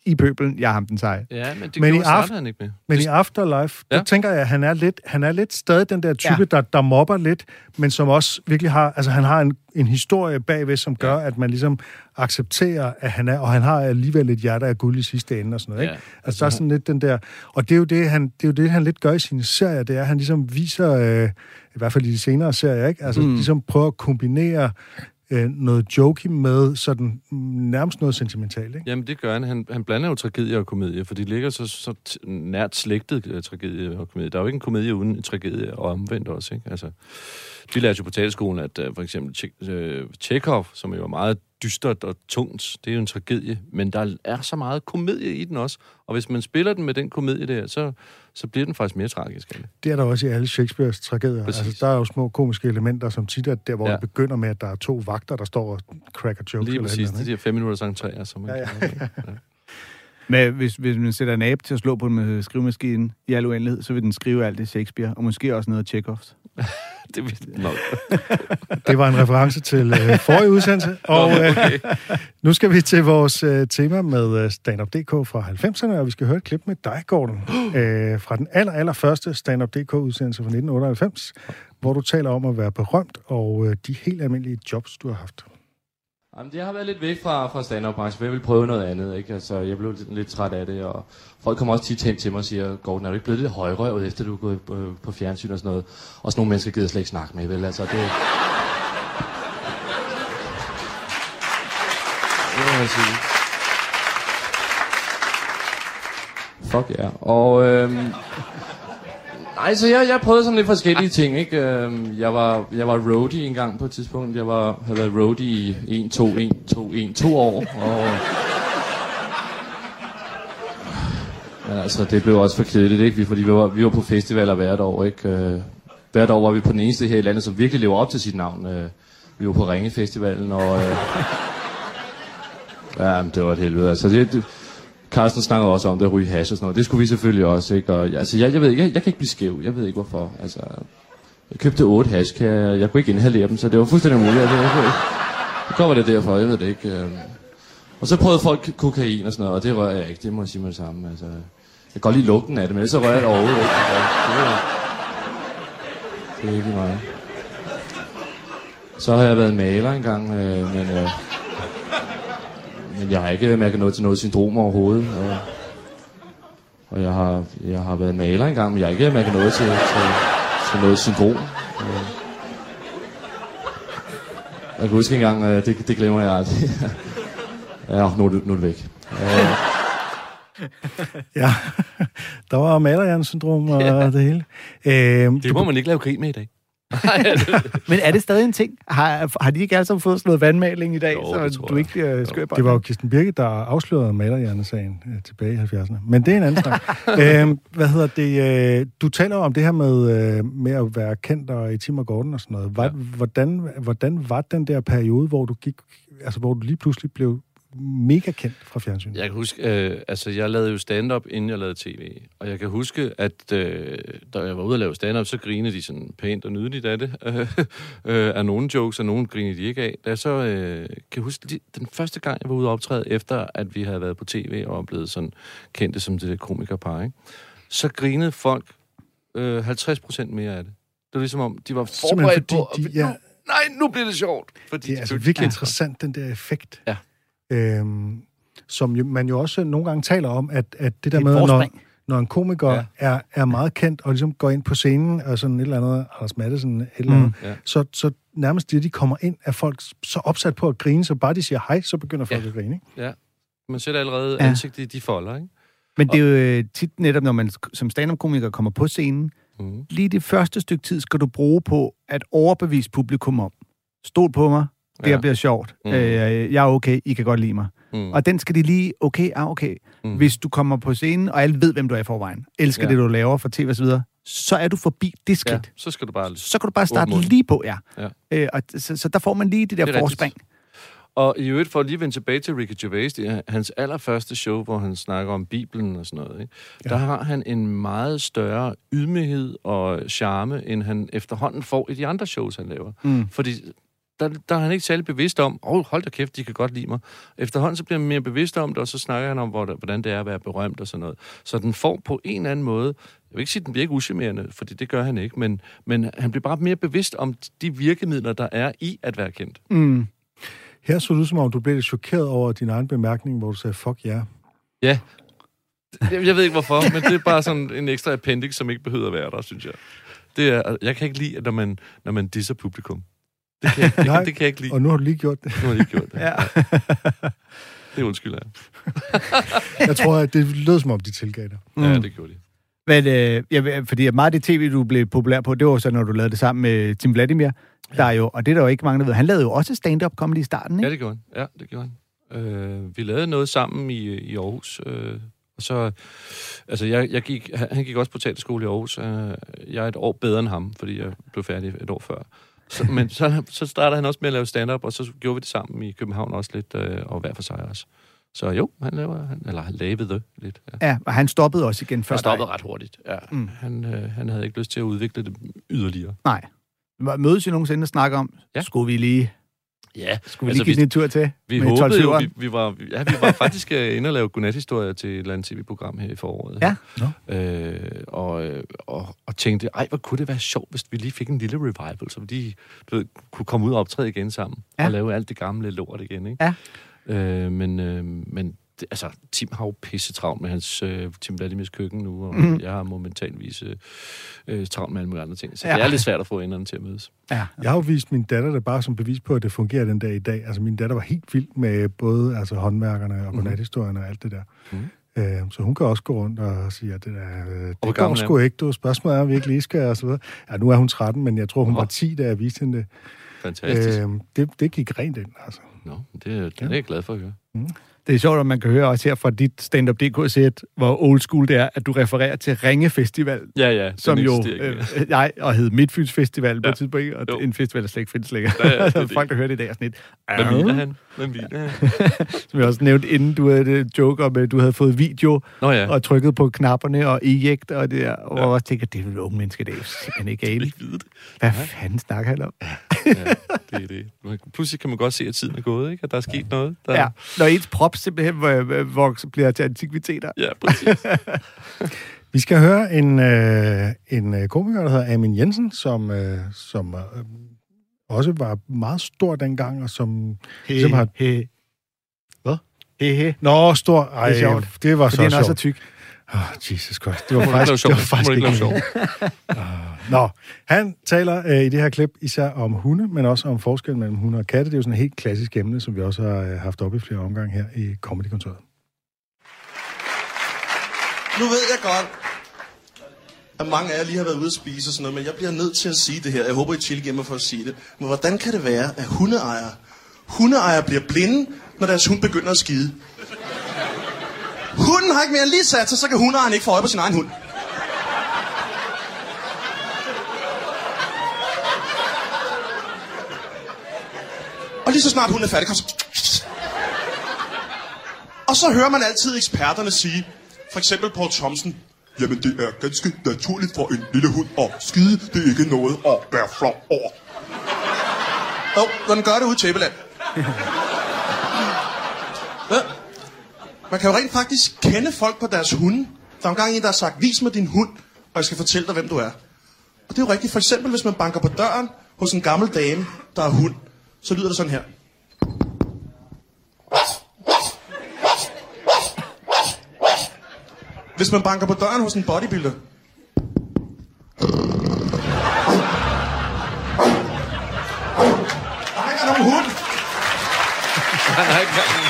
i pøbelen, jeg er ham den seje. Ja, men det men gjorde after, han ikke med. Men i Afterlife, ja. der tænker jeg, at han er lidt, han er lidt stadig den der type, ja. der, der mobber lidt, men som også virkelig har, altså han har en, en historie bagved, som gør, ja. at man ligesom accepterer, at han er, og han har alligevel et hjerte af guld i sidste ende og sådan noget, ikke? Ja, altså, altså der er sådan lidt den der, og det er jo det, han, det er jo det, han lidt gør i sine serier, det er, at han ligesom viser, øh, i hvert fald i de senere serier, ikke? Altså mm. ligesom prøver at kombinere noget jokey med sådan nærmest noget sentimentalt, ikke? Jamen, det gør han. Han, han blander jo tragedie og komedie, for de ligger så, så t- nært slægtet uh, tragedie og komedie. Der er jo ikke en komedie uden en tragedie, og omvendt også, ikke? Altså, vi lærte jo på teaterskolen, at uh, for eksempel Tjekhov, som jo er meget dystert og tungt, det er jo en tragedie, men der er så meget komedie i den også, og hvis man spiller den med den komedie der, så, så bliver den faktisk mere tragisk. Eller? Det er der også i alle Shakespeares tragedier. Altså, der er jo små komiske elementer, som tit er der, hvor ja. det begynder med, at der er to vagter, der står og cracker jokes. Lige præcis, eller det er fem minutters entréer, som man ja, ja. kan ja. Men hvis, hvis man sætter en abe til at slå på med skrivemaskinen i al uendelighed, så vil den skrive alt det Shakespeare, og måske også noget af Tjekhovs. det vil nok. Det var en reference til øh, forrige udsendelse, og øh, okay. nu skal vi til vores øh, tema med Stand-Up punktum d k fra halvfemserne, og vi skal høre et klip med dig, Gordon, øh, fra den aller, aller første Stand-Up punktum d k-udsendelse fra nitten otteoghalvfems, hvor du taler om at være berømt og øh, de helt almindelige jobs, du har haft. Jamen, det har været lidt væk fra, fra stand-up-branchen, for jeg vil prøve noget andet, ikke? Altså, jeg blev lidt, lidt træt af det, og folk kommer også tit hen til mig og siger, Gordon, er du ikke blevet lidt højrøvet, efter du er gået på, på fjernsyn og sådan noget? Og sådan nogle mennesker gider slet ikke snakke med, vel? Altså, det... Det må jeg sige. Fuck ja. Yeah. Og, øhm... Nej, så jeg, jeg prøvede sådan lidt forskellige ting, ikke? Jeg var, jeg var roadie en gang på et tidspunkt. Jeg var, havde været roadie i en, to, en, to, en, to år. Og... Men altså, det blev også for kedeligt, ikke? Fordi vi var, vi var på festivaler hvert år, ikke? Hvert år var vi på den eneste her i landet, som virkelig lever op til sit navn. Vi var på Ringefestivalen, og... Ja, det var et helvede. Altså, det... det Carsten snakkede også om det, at ryge hash og sådan noget. Det skulle vi selvfølgelig også, ikke? Og, altså, jeg, jeg ved ikke, jeg, jeg kan ikke blive skæv. Jeg ved ikke, hvorfor. Altså, jeg købte otte hash, kan jeg, jeg kunne ikke inhalere dem, så det var fuldstændig muligt. Altså, jeg, jeg, det kommer det derfor, jeg ved det ikke. Og så prøvede folk kokain og sådan noget, og det rører jeg ikke. Det må jeg sige med det samme. Altså, jeg kan godt lide lugten af det, men så rører jeg det overhovedet ikke. Det er ikke meget. Så har jeg været maler engang, øh, men... Øh, Men jeg har ikke mærket noget til noget syndrom overhovedet. Og, og jeg, har, jeg har været maler engang, men jeg har ikke mærket noget til, til, til noget syndrom. Jeg kan huske engang, det, det glemmer jeg aldrig. Ja, nu er det, nu er det væk. Ja, der var malerhjernesyndrom og ja. det hele. Øh, det må man ikke lave krig med i dag. Men er det stadig en ting? Har, har de ikke alle sammen fået sådan noget vandmaling i dag, jo, så du ikke bliver skør på? Det var jo Kirsten Birke, der afslørede malerhjernesagen øh, tilbage i halvfjerdserne. Men det er en anden snak. øh, hvad hedder det? Øh, du taler om det her med, øh, med at være kendt og i Tim og Gordon og sådan noget. Var, ja. hvordan, hvordan var den der periode, hvor du gik, altså hvor du lige pludselig blev mega kendt fra fjernsynet? Jeg kan huske, øh, altså jeg lavede jo stand-up, inden jeg lavede tv. Og jeg kan huske, at øh, da jeg var ude at lave stand-up, så grinede de sådan pænt og nydeligt af det. øh, af nogle jokes, og nogle grinede de ikke af. Da jeg så øh, kan huske, de, den første gang, jeg var ude at optræde, efter at vi havde været på tv og blevet sådan kendte som det der komikerpar, ikke? Så grinede folk øh, halvtreds procent mere af det. Det var ligesom om, de var forberedt på... De, ja, nu, nej, nu bliver det sjovt! Fordi det er altså virkelig interessant, den der effekt. Ja. Øhm, som jo, man jo også nogle gange taler om, at, at det der det med, når, når en komiker ja. er, er meget kendt, og ligesom går ind på scenen, og sådan et eller andet, Anders Mattesen, et eller andet, mm. ja. så, så nærmest det, de kommer ind, er folk så opsat på at grine, så bare de siger hej, så begynder folk ja. at grine, ikke? Ja, man sætter allerede ja. ansigtet i de folder, ikke? Men det er jo tit netop, når man som stand-up-komiker kommer på scenen, mm. lige det første stykke tid skal du bruge på at overbevise publikum om. Stol på mig. Det ja. bliver sjovt. Mm. Øh, jeg er okay, I kan godt lide mig. Mm. Og den skal de lige, okay, ah, okay. Mm. Hvis du kommer på scenen, og alle ved, hvem du er i forvejen, elsker ja. det, du laver for tv og så videre, så er du forbi det skridt. Ja, så skal du bare... Så kan du bare starte lige på, ja. ja. Øh, og så, så der får man lige det der det forspring. Rigtigt. Og i øvrigt, for at lige vende tilbage til Ricky Gervais, det er hans allerførste show, hvor han snakker om Bibelen og sådan noget, ikke? Ja. Der har han en meget større ydmyghed og charme, end han efterhånden får i de andre shows, han laver. Mm. Fordi der, der er han ikke særlig bevidst om, åh, oh, hold da kæft, de kan godt lide mig. Efterhånden så bliver han mere bevidst om det, og så snakker han om, hvordan det er at være berømt og sådan noget. Så den får på en eller anden måde, jeg vil ikke sige, at den bliver ikke uschammerende, fordi det gør han ikke, men, men han bliver bare mere bevidst om de virkemidler, der er i at være kendt. Mm. Her så du som om, du blev lidt chokeret over din egen bemærkning, hvor du sagde, fuck ja. Yeah. Ja. Jeg, jeg ved ikke hvorfor, men det er bare sådan en ekstra appendix, som ikke behøver at være der, synes jeg. Det er, jeg kan ikke lide, at når man, når man disser publikum. Det kan, jeg, det, Nej, kan, det kan jeg ikke lide. Og nu har du lige gjort det. Nu har jeg lige gjort det. Ja. Det undskylder jeg. Jeg tror, at det lød som om, de tilgav dig. Mm. Ja, det gjorde de. Men, øh, jeg, fordi meget af det tv, du blev populær på, det var så, når du lavede det sammen med Tim Vladimir. Der er jo, og det er der jo ikke mange, der ved. Han lavede jo også stand-up comedy i starten, ikke? Ja, det gjorde han. Ja, det gjorde han. Øh, vi lavede noget sammen i, i Aarhus. Øh, og så, altså, jeg, jeg gik, han gik også på teaterskole i Aarhus. Øh, jeg er et år bedre end ham, fordi jeg blev færdig et år før. Så, men så, så startede han også med at lave stand-up, og så gjorde vi det sammen i København også lidt, øh, og hver for sig også. Så jo, han laver, han, eller han lavede lidt. Ja. ja, og han stoppede også igen før Han stoppede dig. ret hurtigt, ja. Mm. Han, øh, han havde ikke lyst til at udvikle det yderligere. Nej. Mødes I nogensinde og snakke om, ja. skulle vi lige... Ja. Skulle vi altså, lige give den en tur til? Vi håbede jo, vi, vi, var, ja, vi var faktisk inde og lave godnathistorier til et eller andet tv-program her i foråret. Ja. No. Øh, og, og, og tænkte, ej, hvor kunne det være sjovt, hvis vi lige fik en lille revival, så vi du ved, kunne komme ud og optræde igen sammen, ja. Og lave alt det gamle lort igen, ikke? Ja. Øh, men, øh, men det, altså, Tim har jo pisse travlt med hans øh, Tim Vladimirs køkken nu, og mm. jeg har momentanvis øh, travlt med alle mulige andre ting. Så ja. Det er lidt svært at få enderne til at mødes. Ja. Jeg har jo vist min datter det bare som bevis på, at det fungerer den dag i dag. Altså, min datter var helt vild med både altså, håndværkerne og godnathistorierne og alt det der. Mm. Øh, så hun kan også gå rundt og sige, at det, der, det og går sgu ikke. Du, spørgsmålet er, om vi ikke lige skal, og så videre. Ja, nu er hun tretten, men jeg tror, hun oh. var ti, da jeg viste hende det. Fantastisk. Øh, det, det gik rent ind, altså. Nå, det, det er jeg glad for at høre. Mm. Det er sjovt, at man kan høre også her fra dit stand-up punktum d k-sæt, hvor old school det er, at du refererer til Ringe Festival. Ja, ja. Som jo, øh, nej, og hed Midtfyns Festival på ja. et tidspunkt, og jo. En festival, der slet ikke findes længere. Ja, ja, det folk, der hører det i dag, er sådan et... Hvad mener han? Hvad mener han? Som jeg også nævnte, inden du havde joke om, at du havde fået video, Nå, ja. og trykket på knapperne og eject, og det der, og ja. Også tænker, det er jo unge mennesker, det er jo simpelthen ikke ane. Hvad ja. Fanden snakker han om? Ja, det er det. Pludselig kan man godt se, at tiden er gået, ikke? At der er sket noget. Der... Ja, når ens prop simpelthen vokser, bliver til antikviteter. Ja, præcis. Vi skal høre en, øh, en komiker, der hedder Amin Jensen, som, øh, som øh, også var meget stor dengang, og som... He, som har... he. Hvad? He, he. Nå, stor. Ej, det er sjovt. Det var så sjovt. Fordi han også er tyk. Oh, Jesus Christ. Det var faktisk, det var faktisk ikke sjovt. uh, Nå, han taler uh, i det her klip især om hunde, men også om forskellen mellem hunde og katte. Det er jo sådan et helt klassisk emne, som vi også har uh, haft op i flere omgange her i Comedy-kontoret. Nu ved jeg godt, at mange af jer lige har været ude at spise og sådan noget, men jeg bliver nødt til at sige det her. Jeg håber, I tilgiver mig for at sige det. Men hvordan kan det være, at hundeejere, hundeejere bliver blinde, når deres hund begynder at skide? Hunden har ikke mere lige sat sig, så kan hundeejeren ikke få øje på sin egen hund. Og lige så snart hunden er færdig, kom så... Og så hører man altid eksperterne sige, for eksempel Paul Thomsen, jamen det er ganske naturligt for en lille hund at skide, det er ikke noget at være flov over. Jo, når den gør det ude i Tæbeland. Ja. Man kan jo rent faktisk kende folk på deres hunde. Der er en gang en, der har sagt, vis mig din hund, og jeg skal fortælle dig, hvem du er. Og det er jo rigtigt. For eksempel, hvis man banker på døren hos en gammel dame, der er hund, så lyder det sådan her. Hvis man banker på døren hos en bodybuilder. Der er ikke nogen hund. Der er ikke nogen.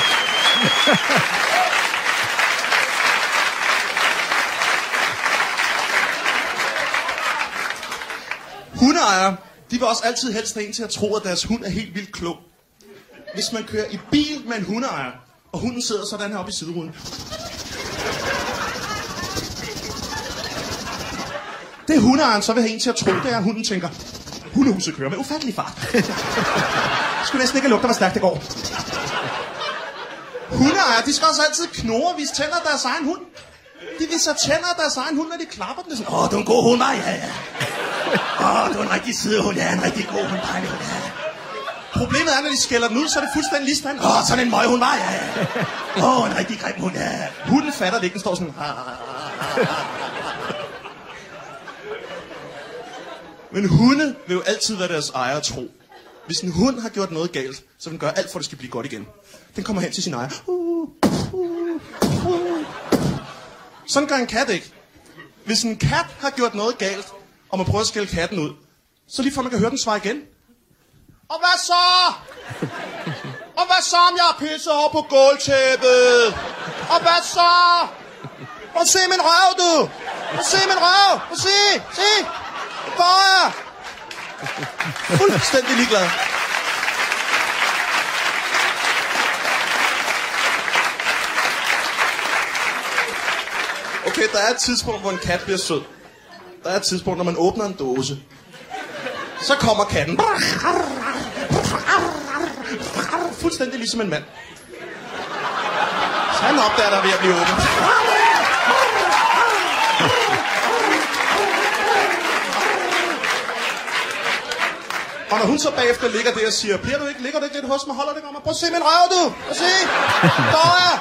Hundeejere, de vil også altid helst have en til at tro, at deres hund er helt vildt klog. Hvis man kører i bil med en hundeejer, og hunden sidder sådan her oppe i sideruden. Det hundeejeren så vil have en til at tro, det er, at hunden tænker, hundehuset kører med ufattelig fart. Skulle næsten ikke lugte, hvor stærkt det går. Hundeejere, de skal også altid knurre og vise tænder af deres egen hund. De viser tænder af deres egen hund, når de klapper den. Det er sådan, åh, du er en god hund, ja, ja. Åh, du er en rigtig sidehund, ja, en rigtig god hund, dejlig hund, ja. Problemet er, når de skælder den ud, så er det fuldstændig lige stand. Åh, sådan en møg hun var, ja, ja. Åh, en rigtig grim hund, ja. Hunden fatter det ikke, den står sådan... Men hunde vil jo altid være deres ejer tro. Hvis en hund har gjort noget galt, så vil den gøre alt for, at det skal blive godt igen. Den kommer hen til sin ejer. Sådan gør en kat ikke. Hvis en kat har gjort noget galt, og man prøver at skælde katten ud, så lige for man kan høre den svare igen. Og hvad så? Og hvad så, om jeg har pisset over på gulvtæppet? Og hvad så? Prøv at se min røv, du! Prøv at se min røv! Prøv at se! Se! Hvor er jeg? Fuldstændig ligeglad. Okay, der er et tidspunkt, hvor en kat bliver sød. Der er et tidspunkt, når man åbner en dåse. Så kommer katten. Fuldstændig ligesom en mand. Så han opdager, der er ved at blive åbent. Og når hun så bagefter ligger der og siger, bliver du ikke, ligger du ikke lidt hos mig, holder det ikke om mig? Prøv at se min røv, du! Prøv at se! Der er!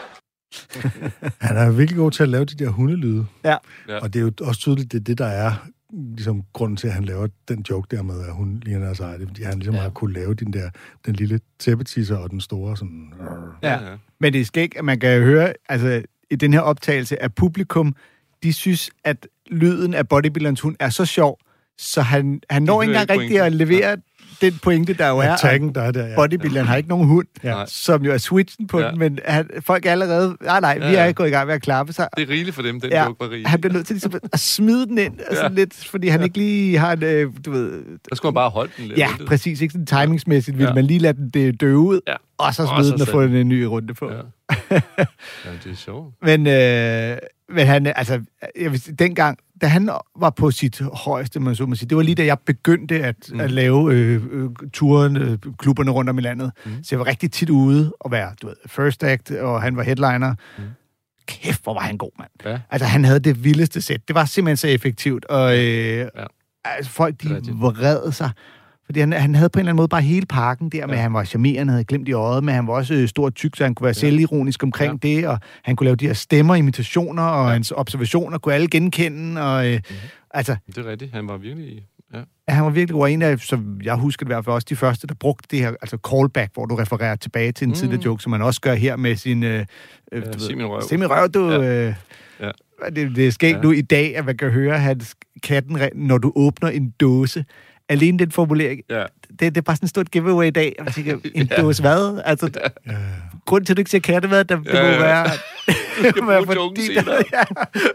Han er virkelig god til at lave de der hundelyde. Ja. Og det er jo også tydeligt, det er det, der er ligesom grunden til, at han laver den joke der med, at hun ligner deres eget. Fordi han ligesom ja. har kunne lave den der, den lille tæppetisser og den store sådan... Ja, men det er skægt, at man kan høre, altså i den her optagelse af publikum, de synes, at lyden af bodybuilderens hund er så sjov, så han, han når ikke engang rigtigt at levere ja. den pointe, der jo er. Taggen, der er der, ja. Bodybuilderen har ikke nogen hund, ja. som jo er switchen på ja. den, men han, folk er allerede... Nej, nej, ja, ja. vi er ikke gået i gang med at klappe sig. Det er rigeligt for dem, den ja, joke var rigelig. Han bliver nødt til ligesom at smide den ind, altså ja. lidt, fordi han ikke lige har en, øh, du ved... Der skulle man bare holde den lidt. Ja, lidt. Præcis. Ikke sådan timingsmæssigt vil ja. man lige lade den det dø ud, ja. og så smide den og få en ny runde på. Ja, ja det er sjovt. Men, øh, men han, altså, jeg vil sige, dengang, da han var på sit højeste, man så må sige, det var lige da jeg begyndte at, mm. at lave øh, øh, turen, øh, klubberne rundt om i landet. Mm. Så jeg var rigtig tit ude og være, du ved, first act, og han var headliner. Mm. Kæft, hvor var han god, mand. Ja. Altså, han havde det vildeste sæt. Det var simpelthen så effektivt, og øh, ja. altså, folk, de vred sig. Fordi han, han havde på en eller anden måde bare hele pakken der, med ja. han var charmerende, havde glemt i øjet, men han var også øh, stor tyk, så han kunne være ja. selvironisk omkring ja. det, og han kunne lave de her stemmer, imitationer, og ja. hans observationer kunne alle genkende, og øh, mm-hmm. altså... Det er rigtigt, han var virkelig... Ja. Ja, han var virkelig god, en af, som jeg husker det i hvert fald også, de første, der brugte det her, altså callback, hvor du refererer tilbage til en mm. tidligere joke, som man også gør her med sin... Øh, øh, ja, se min røv. Se min røv, du... Ja. Øh, ja. Det, det er skægt ja. nu i dag, at man kan høre, at katten, når du åbner en dåse, alene den formulering, ja. det, det er bare sådan et stort giveaway i dag. Jeg tænker, en ja. dåse hvad? Altså, ja. grunden til, at du ikke siger kattevand, det, det ja, ja. må være... det må være fordi, der, ja.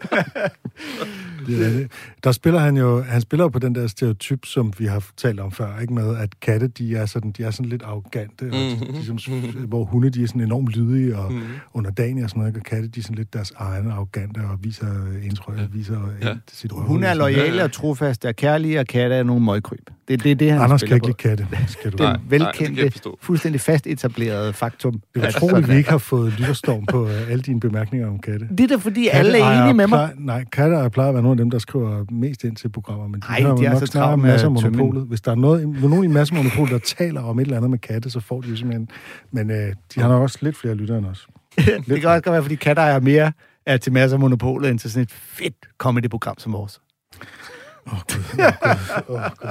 det er det. Der spiller han jo, han spiller jo på den der stereotyp, som vi har talt om før, ikke med, at katte, de er sådan, de er sådan lidt arrogante, mm-hmm. og de, de, som, hvor hunde, de er sådan enormt lydige og mm-hmm. underdanige og sådan noget, og katte, de er sådan lidt deres egne arrogante og viser indtryk, ja. viser ja. sit røv. Hunde er loyale og trofaste og kærlige, og katte er nogle møgkryb. Det er det, det, han Anders kan ikke lide katte, skal du. Den nej, velkendte, nej, fuldstændig fast etablerede faktum. Det er utroligt, at vi ikke har fået lytterstorm på uh, alle dine bemærkninger om katte. Det er da, fordi alle er enige med mig. Plejer, nej, katte plejer at være nogle af dem, der skriver mest ind til programmer, men de Ej, har de jo nok snart masser af monopolet. tømmen. Hvis der er noget, nogen i masser af monopolet, der taler om et eller andet med katte, så får de jo simpelthen... Men uh, de har nok også lidt flere lyttere end os. Det kan også være, fordi katter er mere er til masser af monopolet, end til sådan et fedt comedy-program som vores. Åh, oh, Gud. Oh, God.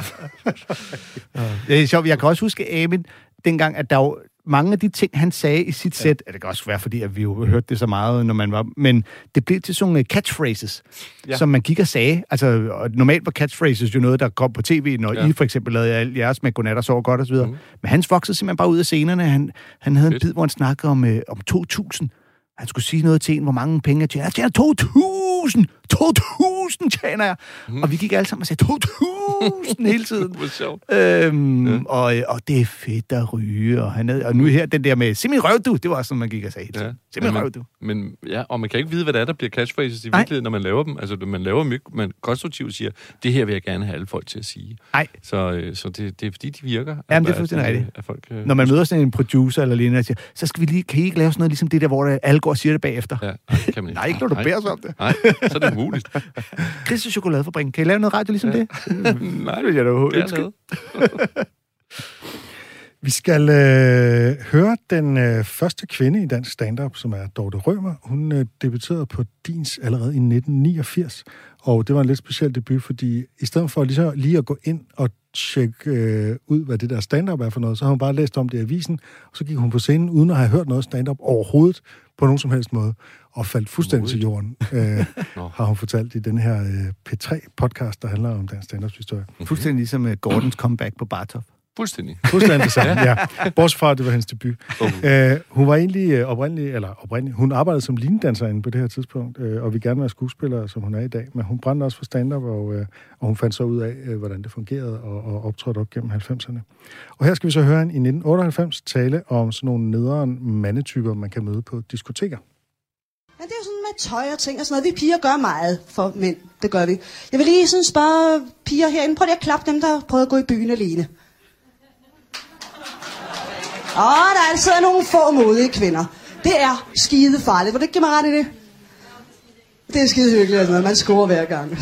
Det er sjovt. Jeg kan også huske, Amin, dengang, at der var mange af de ting, han sagde i sit sæt, ja. det kan også være, fordi at vi jo hørte det så meget, når man var... Men det blev til sådan nogle catchphrases, ja. som man gik og sagde. Altså, og normalt var catchphrases jo noget, der kom på tv, når ja. I for eksempel lavede jeres med Godnat og Sover Godt og så videre. Mm. Men han voksede simpelthen bare ud af scenerne. Han, han havde Fedt. en bid, hvor han snakkede om, øh, om to tusind. Han skulle sige noget til en, hvor mange penge jeg tjener. Jeg tjener to tusind! to tusind tjener jeg! Mm. Og vi gik alle sammen og sagde to tusind hele tiden. Det var sjovt. Øhm, ja. og, og det er fedt at ryge. Og, han havde, og nu her, den der med, se min røv, du! Det var også sådan, man gik og sagde hele tiden. Ja. Se min men, røv, du! Men, ja, og man kan ikke vide, hvad det er, der bliver catchphrases i virkeligheden, når man laver dem. Altså, man laver dem ikke, man konstruktivt siger, det her vil jeg gerne have alle folk til at sige. Nej. Så, så det, det er fordi, de virker. Jamen, det er fuldstændig rigtigt. At folk, når man møder sådan en producer eller lignende, og siger, så skal vi lige, kan I ikke lave sådan noget, ligesom det der, hvor der alle går og siger det bagefter? Ja, kan man ikke. Nej, ikke når du beder sig om det. Nej, så er det umuligt. Chris' chokoladefabrikken. Kan I lave noget radio ligesom ja. det? Nej, det vil jeg da ønske. Vi skal øh, høre den øh, første kvinde i dansk stand-up, som er Dorte Rømer. Hun øh, debuterede på Dins allerede i nitten niogfirs, og det var en lidt speciel debut, fordi i stedet for lige, så, lige at gå ind og tjekke øh, ud, hvad det der stand-up er for noget, så har hun bare læst om det i avisen, og så gik hun på scenen, uden at have hørt noget stand-up overhovedet, på nogen som helst måde, og faldt fuldstændig til jorden, øh, har hun fortalt i den her øh, P tre podcast, der handler om dansk stand-ups historie. Fuldstændig ligesom uh, Gordons comeback på Bartov. Fuldstændig. Fuldstændig det samme, ja. Bortset fra, at det var hendes debut. Okay. Uh, hun var egentlig uh, oprindelig, eller oprindelig, hun arbejdede som linedanserinde på det her tidspunkt, uh, og vi gerne være skuespiller, som hun er i dag, men hun brændte også for stand-up, og, uh, og hun fandt så ud af, uh, hvordan det fungerede, og, og optrådte op gennem halvfemserne. Og her skal vi så høre en i nitten otteoghalvfems tale om sådan nogle nederen mandetyper, man kan møde på diskoteker. Ja, det er jo sådan med tøj og ting og sådan noget. Vi piger gør meget for mænd. Det gør vi. Jeg vil lige sådan spørge piger herinde. Prøv lige at klappe dem, der prøver at gå i byen alene. Åh, der altid er nogle få modige kvinder. Det er skide farligt. Vil du ikke give mig ret i det? Det er skide hyggeligt, altså, man scorer hver gang.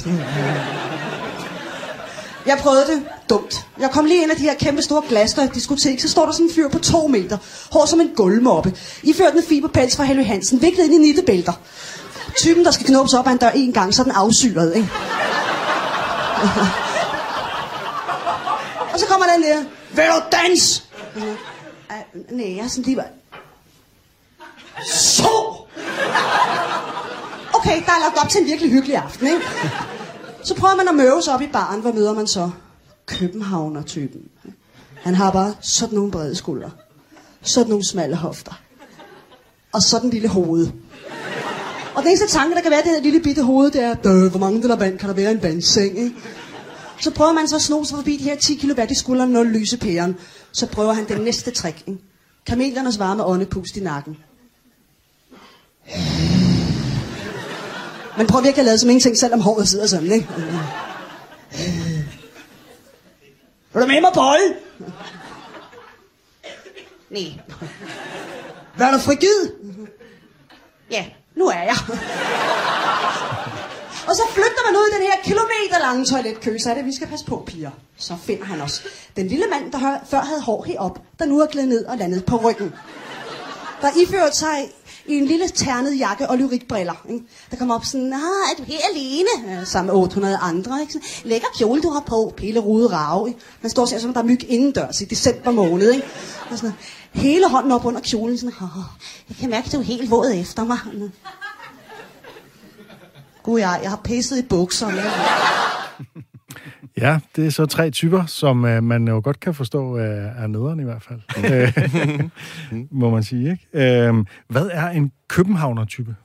Jeg prøvede det dumt. Jeg kom lige ind af de her kæmpe store glasser i diskotek, så står der sådan en fyr på to meter, hår som en gulvmoppe, iført med fiberpels fra Helly Hansen, viklet ind i nittebælter. Typen, der skal knopes op af en dør en gang, så er den afsyret, ikke? Og så kommer den der, vil du dans? Uh, nej, jeg er sådan lige bare... Så! Okay, der er lagt op til en virkelig hyggelig aften, ikke? Så prøver man at møve sig op i baren. Hvad møder man så? Københavner-typen. Han har bare sådan nogle brede skuldre. Sådan nogle smalle hofter. Og sådan en lille hoved. Og den eneste tanke, der kan være det her lille bitte hoved, det er, døh, hvor mange der band kan der være i en bandseng, ikke? Så prøver man så at sno sig forbi de her ti kilo watt i skulderen, nul lyse pæren. Så prøver han den næste trick, ikke? Kamelernes varme åndepust i nakken. Man prøver virkelig at lade som ingenting, selvom håret sidder sådan, ikke? Er du med mig, bolle? Nej. Hvad er du frigid? Ja, nu er jeg. Og så flygter man ud i den her kilometerlange toiletkø, så er det, vi skal passe på, piger. Så finder han os den lille mand, der før havde hår herop, der nu er glædet ned og landet på ryggen. Der iført sig i en lille ternet jakke og lyrikbriller, ikke? Der kommer op sådan, ah, er du helt alene? Ja, sammen med otte hundrede andre, ikke? Sådan, lækker kjole, du har på, pille rude rave, ikke? Man står og ser, som der er myg indendørs i december måned, ikke? Og sådan, hele hånden op under kjolen, sådan, oh, jeg kan mærke, at du er helt våd efter mig. Gud, jeg, jeg har pisset i bukserne. Ja, det er så tre typer, som uh, man jo godt kan forstå uh, er nederen i hvert fald. Må man sige, ikke? Uh, hvad er en københavner-type?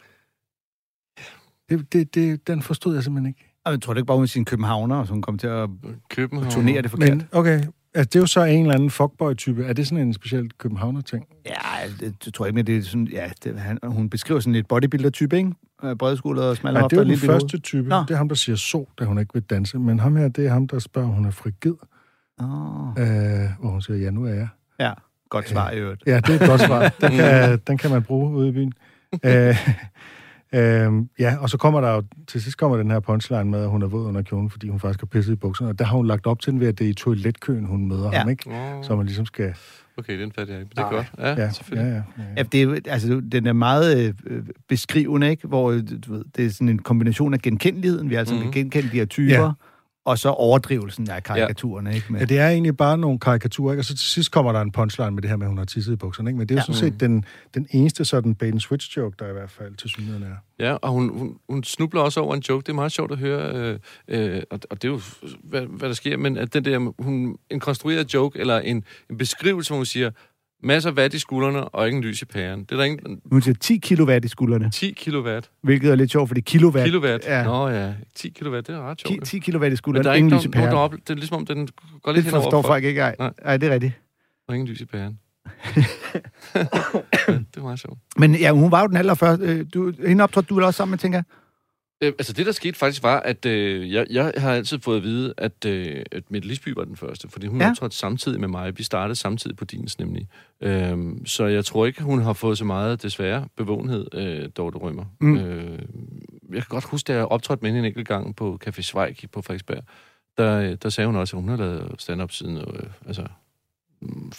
Det, det, det, den forstod jeg simpelthen ikke. Jeg tror det ikke bare, hun siger københavner, og så hun kommer til at turnere det forkert. Men, okay, altså, det er jo så en eller anden fuckboy-type. Er det sådan en speciel københavner-ting? Ja, det, det tror jeg ikke, men det er sådan, ja, det, han, hun beskriver sådan lidt bodybuilder-type, ikke? Bredeskuldre og smalle hofter. Ja, det er jo den første type. Nå. Det er ham, der siger så, da hun ikke vil danse. Men ham her, det er ham, der spørger, om hun er frigid. Oh. Øh, hvor hun siger, ja, nu er jeg. Ja, godt svar i øvrigt. Ja, det er et godt svar. Den kan, den kan man bruge ude i byen. øh, øh, ja, og så kommer der jo, til sidst kommer den her punchline med, at hun er våd under kjolen, fordi hun faktisk har pisset i bukserne. Og der har hun lagt op til den ved, at det er i toiletkøen, hun møder ja. ham, ikke? Oh. Så man ligesom skal... Okay, den fatter jeg ikke. Det er godt. Ja, ja, selvfølgelig. Ja, ja, ja. Ja, det er, altså, den er meget øh, beskrivende, ikke? Hvor du ved, det er sådan en kombination af genkendeligheden, vi altså mm-hmm. kan genkende de her typer, ja. Og så overdrivelsen af karikaturerne, ja. Ikke? Med... Ja, det er egentlig bare nogle karikaturer, ikke? Og så til sidst kommer der en punchline med det her med, at hun har tisset i bukserne, ikke? Men det er jo ja. sådan set den, den eneste sådan bait-and-switch-joke, der i hvert fald til synligheden er. Ja, og hun, hun, hun snubler også over en joke. Det er meget sjovt at høre, øh, øh, og, og det er jo, hvad, hvad der sker, men at den der, hun, en konstrueret joke, eller en, en beskrivelse, hvor hun siger, masser af watt i skuldrene og ingen lys i pæren. Det er der ingen... Hun siger ti kilowatt i skuldrene. ti kilowatt. Hvilket er lidt sjovt, fordi kilowatt... Kilowatt. Ja. Nå ja, ti kilowatt, det er ret sjovt. ti kilowatt i skuldrene, ingen lys i pæren. Op, det er ligesom om, den går lidt henover. Det forstår folk ikke, ej. Nej. ej, det er rigtigt. Og ingen lys i pæren. Ja, det var meget sjovt. Men ja, hun var jo den allerførste. Du, hende optrådte du vel også sammen med, tænker jeg? Øh, altså det, der skete faktisk, var, at øh, jeg, jeg har altid fået at vide, at, øh, at Mette Lisby var den første, fordi hun ja. optrådte samtidig med mig. Vi startede samtidig på Dins, nemlig. Øhm, så jeg tror ikke, hun har fået så meget, desværre, bevågenhed, øh, Dorte Rømer. Mm. Øh, jeg kan godt huske, at jeg optrådte med hende en enkelt gang på Café Zweig på Frederiksberg. Der, der sagde hun også, at hun har lavet stand-up siden øh, altså,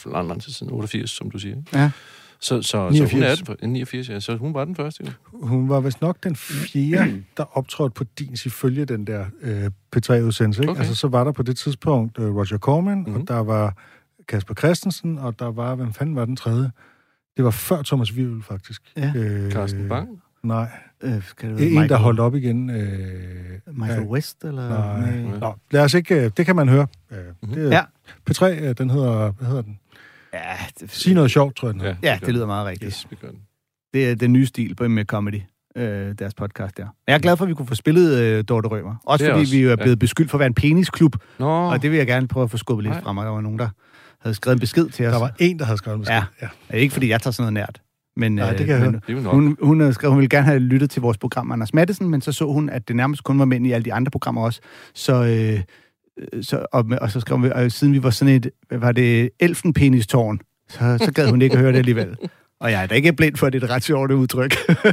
lang, lang tid siden, otteogfirs, som du siger. Ja. Så, så, niogfirs. så hun er den, niogfirs, ja. Så hun var den første. Jo. Hun var vist nok den fjerde, der optrådte på din ifølge den der øh, P tre-udsendelse. Ikke? Okay. Altså, så var der på det tidspunkt øh, Roger Corman, mm-hmm. og der var Kasper Christensen, og der var, hvem fanden var den tredje? Det var før Thomas Wivel, faktisk. Ja. Øh, Carsten Bang? Nej. Øh, kan det en, Michael, der holdt op igen. Øh, Michael øh, West, eller? Nej. nej. Nå, lad os ikke... Det kan man høre. Øh, mm-hmm. det er, ja. P tre, den hedder... Hvad hedder den? Ja, det, Sig noget sjovt, tror jeg den Ja, ja det lyder meget rigtigt. Yes, vi gør den. Det er den nye stil på med comedy, øh, deres podcast der. Jeg er glad for, at vi kunne få spillet øh, Dorte Rømer. Også fordi også, vi jo er blevet ja. beskyldt for at være en penisklub. Nå. Og det vil jeg gerne prøve at få skubbet lidt frem. Der var nogen, der havde skrevet en besked til os. Der var en, der havde skrevet en besked. Ja, ja. Ikke fordi jeg tager sådan noget nært. Men, Nej, det kan øh, men hun, hun, hun, skrev, hun ville gerne have lyttet til vores program, Anders Mattesen, men så så hun, at det nærmest kun var mænd i alle de andre programmer også. Så, øh, så, og, og så skrev hun, og siden vi var sådan et, var det elfenpenistårn, så, så gad hun ikke at høre det alligevel. Og jeg er da ikke blind for, at det er et ret sjovt udtryk.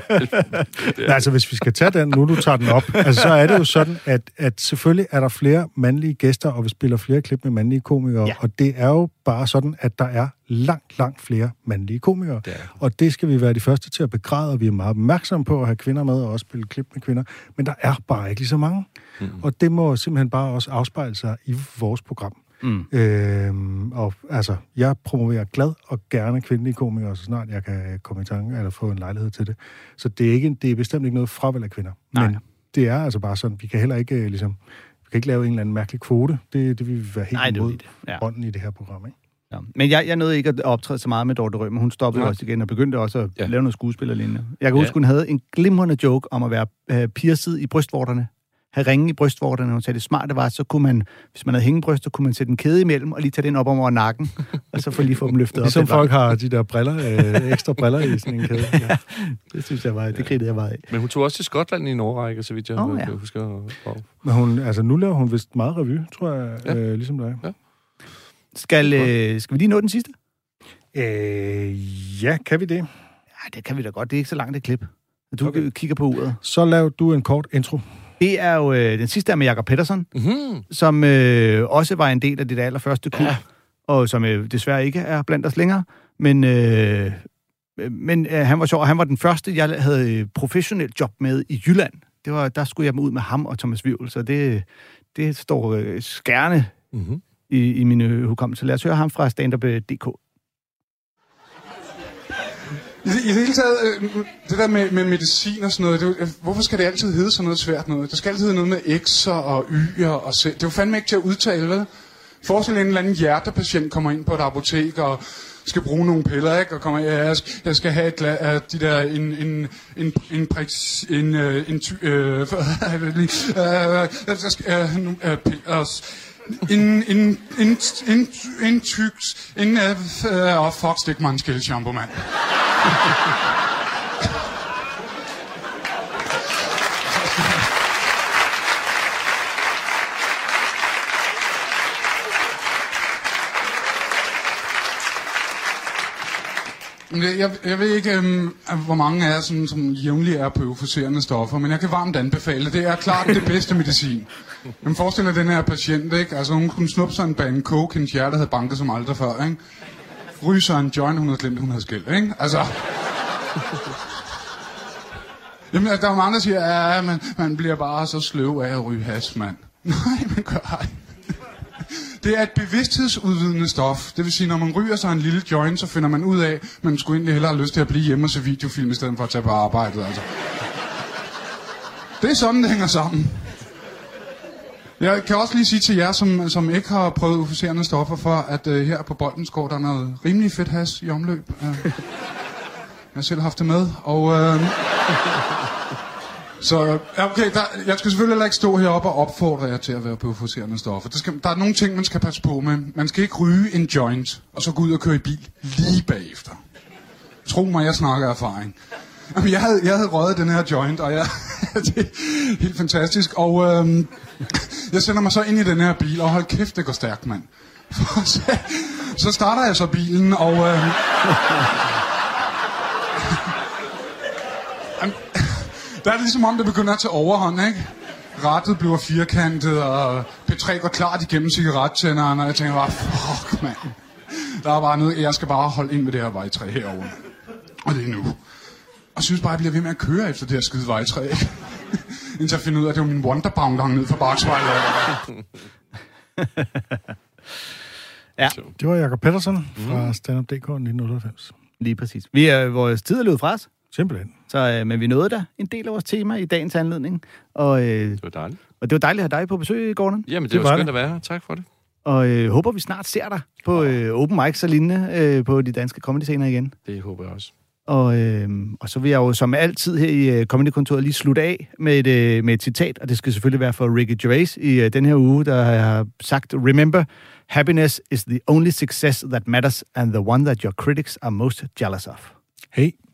Nej, altså, hvis vi skal tage den, nu du tager den op, altså, så er det jo sådan, at, at selvfølgelig er der flere mandlige gæster, og vi spiller flere klip med mandlige komikere, ja. Og det er jo bare sådan, at der er langt, langt flere mandlige komikere. Det og det skal vi være de første til at begræde, og vi er meget opmærksomme på at have kvinder med, og også spille klip med kvinder. Men der er bare ikke lige så mange. Mm. Og det må simpelthen bare også afspejle sig i vores program. Mm. Øhm, og altså, jeg promoverer glad og gerne kvindelige komikere, så snart jeg kan komme i tanke eller få en lejlighed til det. Så det er, ikke, det er bestemt ikke noget fravalg af kvinder. Nej. Men det er altså bare sådan, vi kan heller ikke ligesom, vi kan ikke lave en eller anden mærkelig kvote. Det, det vil være helt Nej, imod ja. ånden i det her program, ikke? Ja. Men jeg, jeg nåede ikke at optræde så meget med Dorte Rømer. Hun stoppede ja. også igen og begyndte også at ja. lave noget skuespillerlignende. Jeg kan huske, ja. hun havde en glimrende joke om at være uh, pierced i brystvorterne. Have ringe i brystvorterne, og sagde, det smarte var, så kunne man, hvis man havde hængebryst, så kunne man sætte en kæde imellem, og lige tage den op om over nakken, og så få lige få dem løftet op. Ligesom folk har de der briller, øh, ekstra briller i sådan en kæde. Ja. Det synes jeg var, det grinede jeg meget af. Men hun tog også til Skotland i en årrække, så vidt jeg oh, ja. husker. Og... Men hun, altså nu laver hun vist meget revy, tror jeg, ja. øh, ligesom dig. Ja. Skal, øh, skal vi lige nå den sidste? Øh, ja, kan vi det? Ja, det kan vi da godt. Det er ikke så langt et klip. Du okay. kigger på uret. Så lav du en kort intro. Det er jo øh, den sidste er med Jakob Pettersson, mm-hmm. som øh, også var en del af det der allerførste kub, ja. og som øh, desværre ikke er blandt os længere. Men, øh, men øh, han var sjov, og han var den første, jeg havde professionelt job med i Jylland. Det var, der skulle jeg ud med ham og Thomas Wivel, så det, det står øh, skærende mm-hmm. i, i mine hukommelser. Lad os høre ham fra standup punktum d k. I, I det hele taget, øh, det der med, med medicin og sådan noget, det, øh, hvorfor skal det altid hedde sådan noget svært noget? Der skal altid hedde noget med X'er og Y'er og C. Det er jo fandme ikke til at udtale, vel? Forestil en eller anden hjertepatient kommer ind på et apotek og skal bruge nogle piller, ikke? Og kommer, ja, jeg skal, jeg skal have et glas af de der, en, en, en, en, prix, en, øh, en, ty, øh, øh, jeg skal, øh, nogle øh, piller, en, en, en, en, en tyks, en, øh, åh, fuck, stik mig en skældshampoo, mand. Jeg, jeg ved ikke, um, hvor mange af jer, som, som jævnligt er på euforiserende stoffer, men jeg kan varmt anbefale, det er klart det bedste medicin. Man forestiller den her patient, ikke? Altså hun kunne snuppe sig en bane coke, hendes hjerte havde banket som aldrig før, ikke? Ryge sig en joint, hun havde glemt, hun havde skæld, ikke? Altså... Jamen, der er mange, der siger, ja, man, man bliver bare så sløv af at ryge hash, mand. Nej, man gør ej. Det er et bevidsthedsudvidende stof. Det vil sige, når man ryger sig en lille joint, så finder man ud af, at man skulle egentlig hellere have lyst til at blive hjemme og se videofilm, i stedet for at tage på arbejdet, altså. Det er sådan, det hænger sammen. Jeg kan også lige sige til jer, som, som ikke har prøvet euforiserende stoffer, for at uh, her på Boltensgård, der er noget rimelig fedt hash i omløb. Uh, jeg har selv haft det med, og... Uh, Så okay, der, jeg skal selvfølgelig heller ikke stå heroppe og opfordre jer til at være på euforiserende stoffer. Der, skal, der er nogle ting, man skal passe på med. Man skal ikke ryge en joint, og så gå ud og køre i bil lige bagefter. Tro mig, jeg snakker erfaring. Jamen, jeg havde, jeg havde røget den her joint, og jeg, det er helt fantastisk. Og øhm, jeg sender mig så ind i den her bil, og hold kæft, det går stærkt, mand. Så, så starter jeg så bilen, og... Øhm, der er det ligesom om, det begynder at tage overhånd, ikke? Rattet bliver firkantet, og P tre går klart igennem cigarettænderen, og jeg tænker bare, fuck, mand. Der er bare noget, jeg skal bare holde ind med det her vejtræ herovre. Og det er nu. Og jeg synes bare, jeg bliver ved med at køre efter det her skide vejtræ. Indtil jeg finder ud af, at det var min Wonderbaum, der hang ned fra Baksvej. Ja. Det var Jakob Pettersson fra Stand Up punktum d k nitten otteoghalvfems. Lige præcis. Vi er, vores tid er løbet fra os. Simpelthen. Så, øh, men vi nåede der en del af vores tema i dagens anledning. Og, øh, det var dejligt. Og det var dejligt at have dig på besøg, Gordon. Jamen, det, det var var skønt det. at være her. Tak for det. Og øh, håber, vi snart ser dig på øh, open mics og lignende øh, på de danske comedy-scener igen. Det håber jeg også. Og, øh, og så vil jeg jo som altid her i øh, Comedy-kontoret lige slutte af med et, øh, med et citat, og det skal selvfølgelig være for Ricky Gervais i øh, den her uge, der har sagt, "Remember, happiness is the only success that matters and the one that your critics are most jealous of." Hey.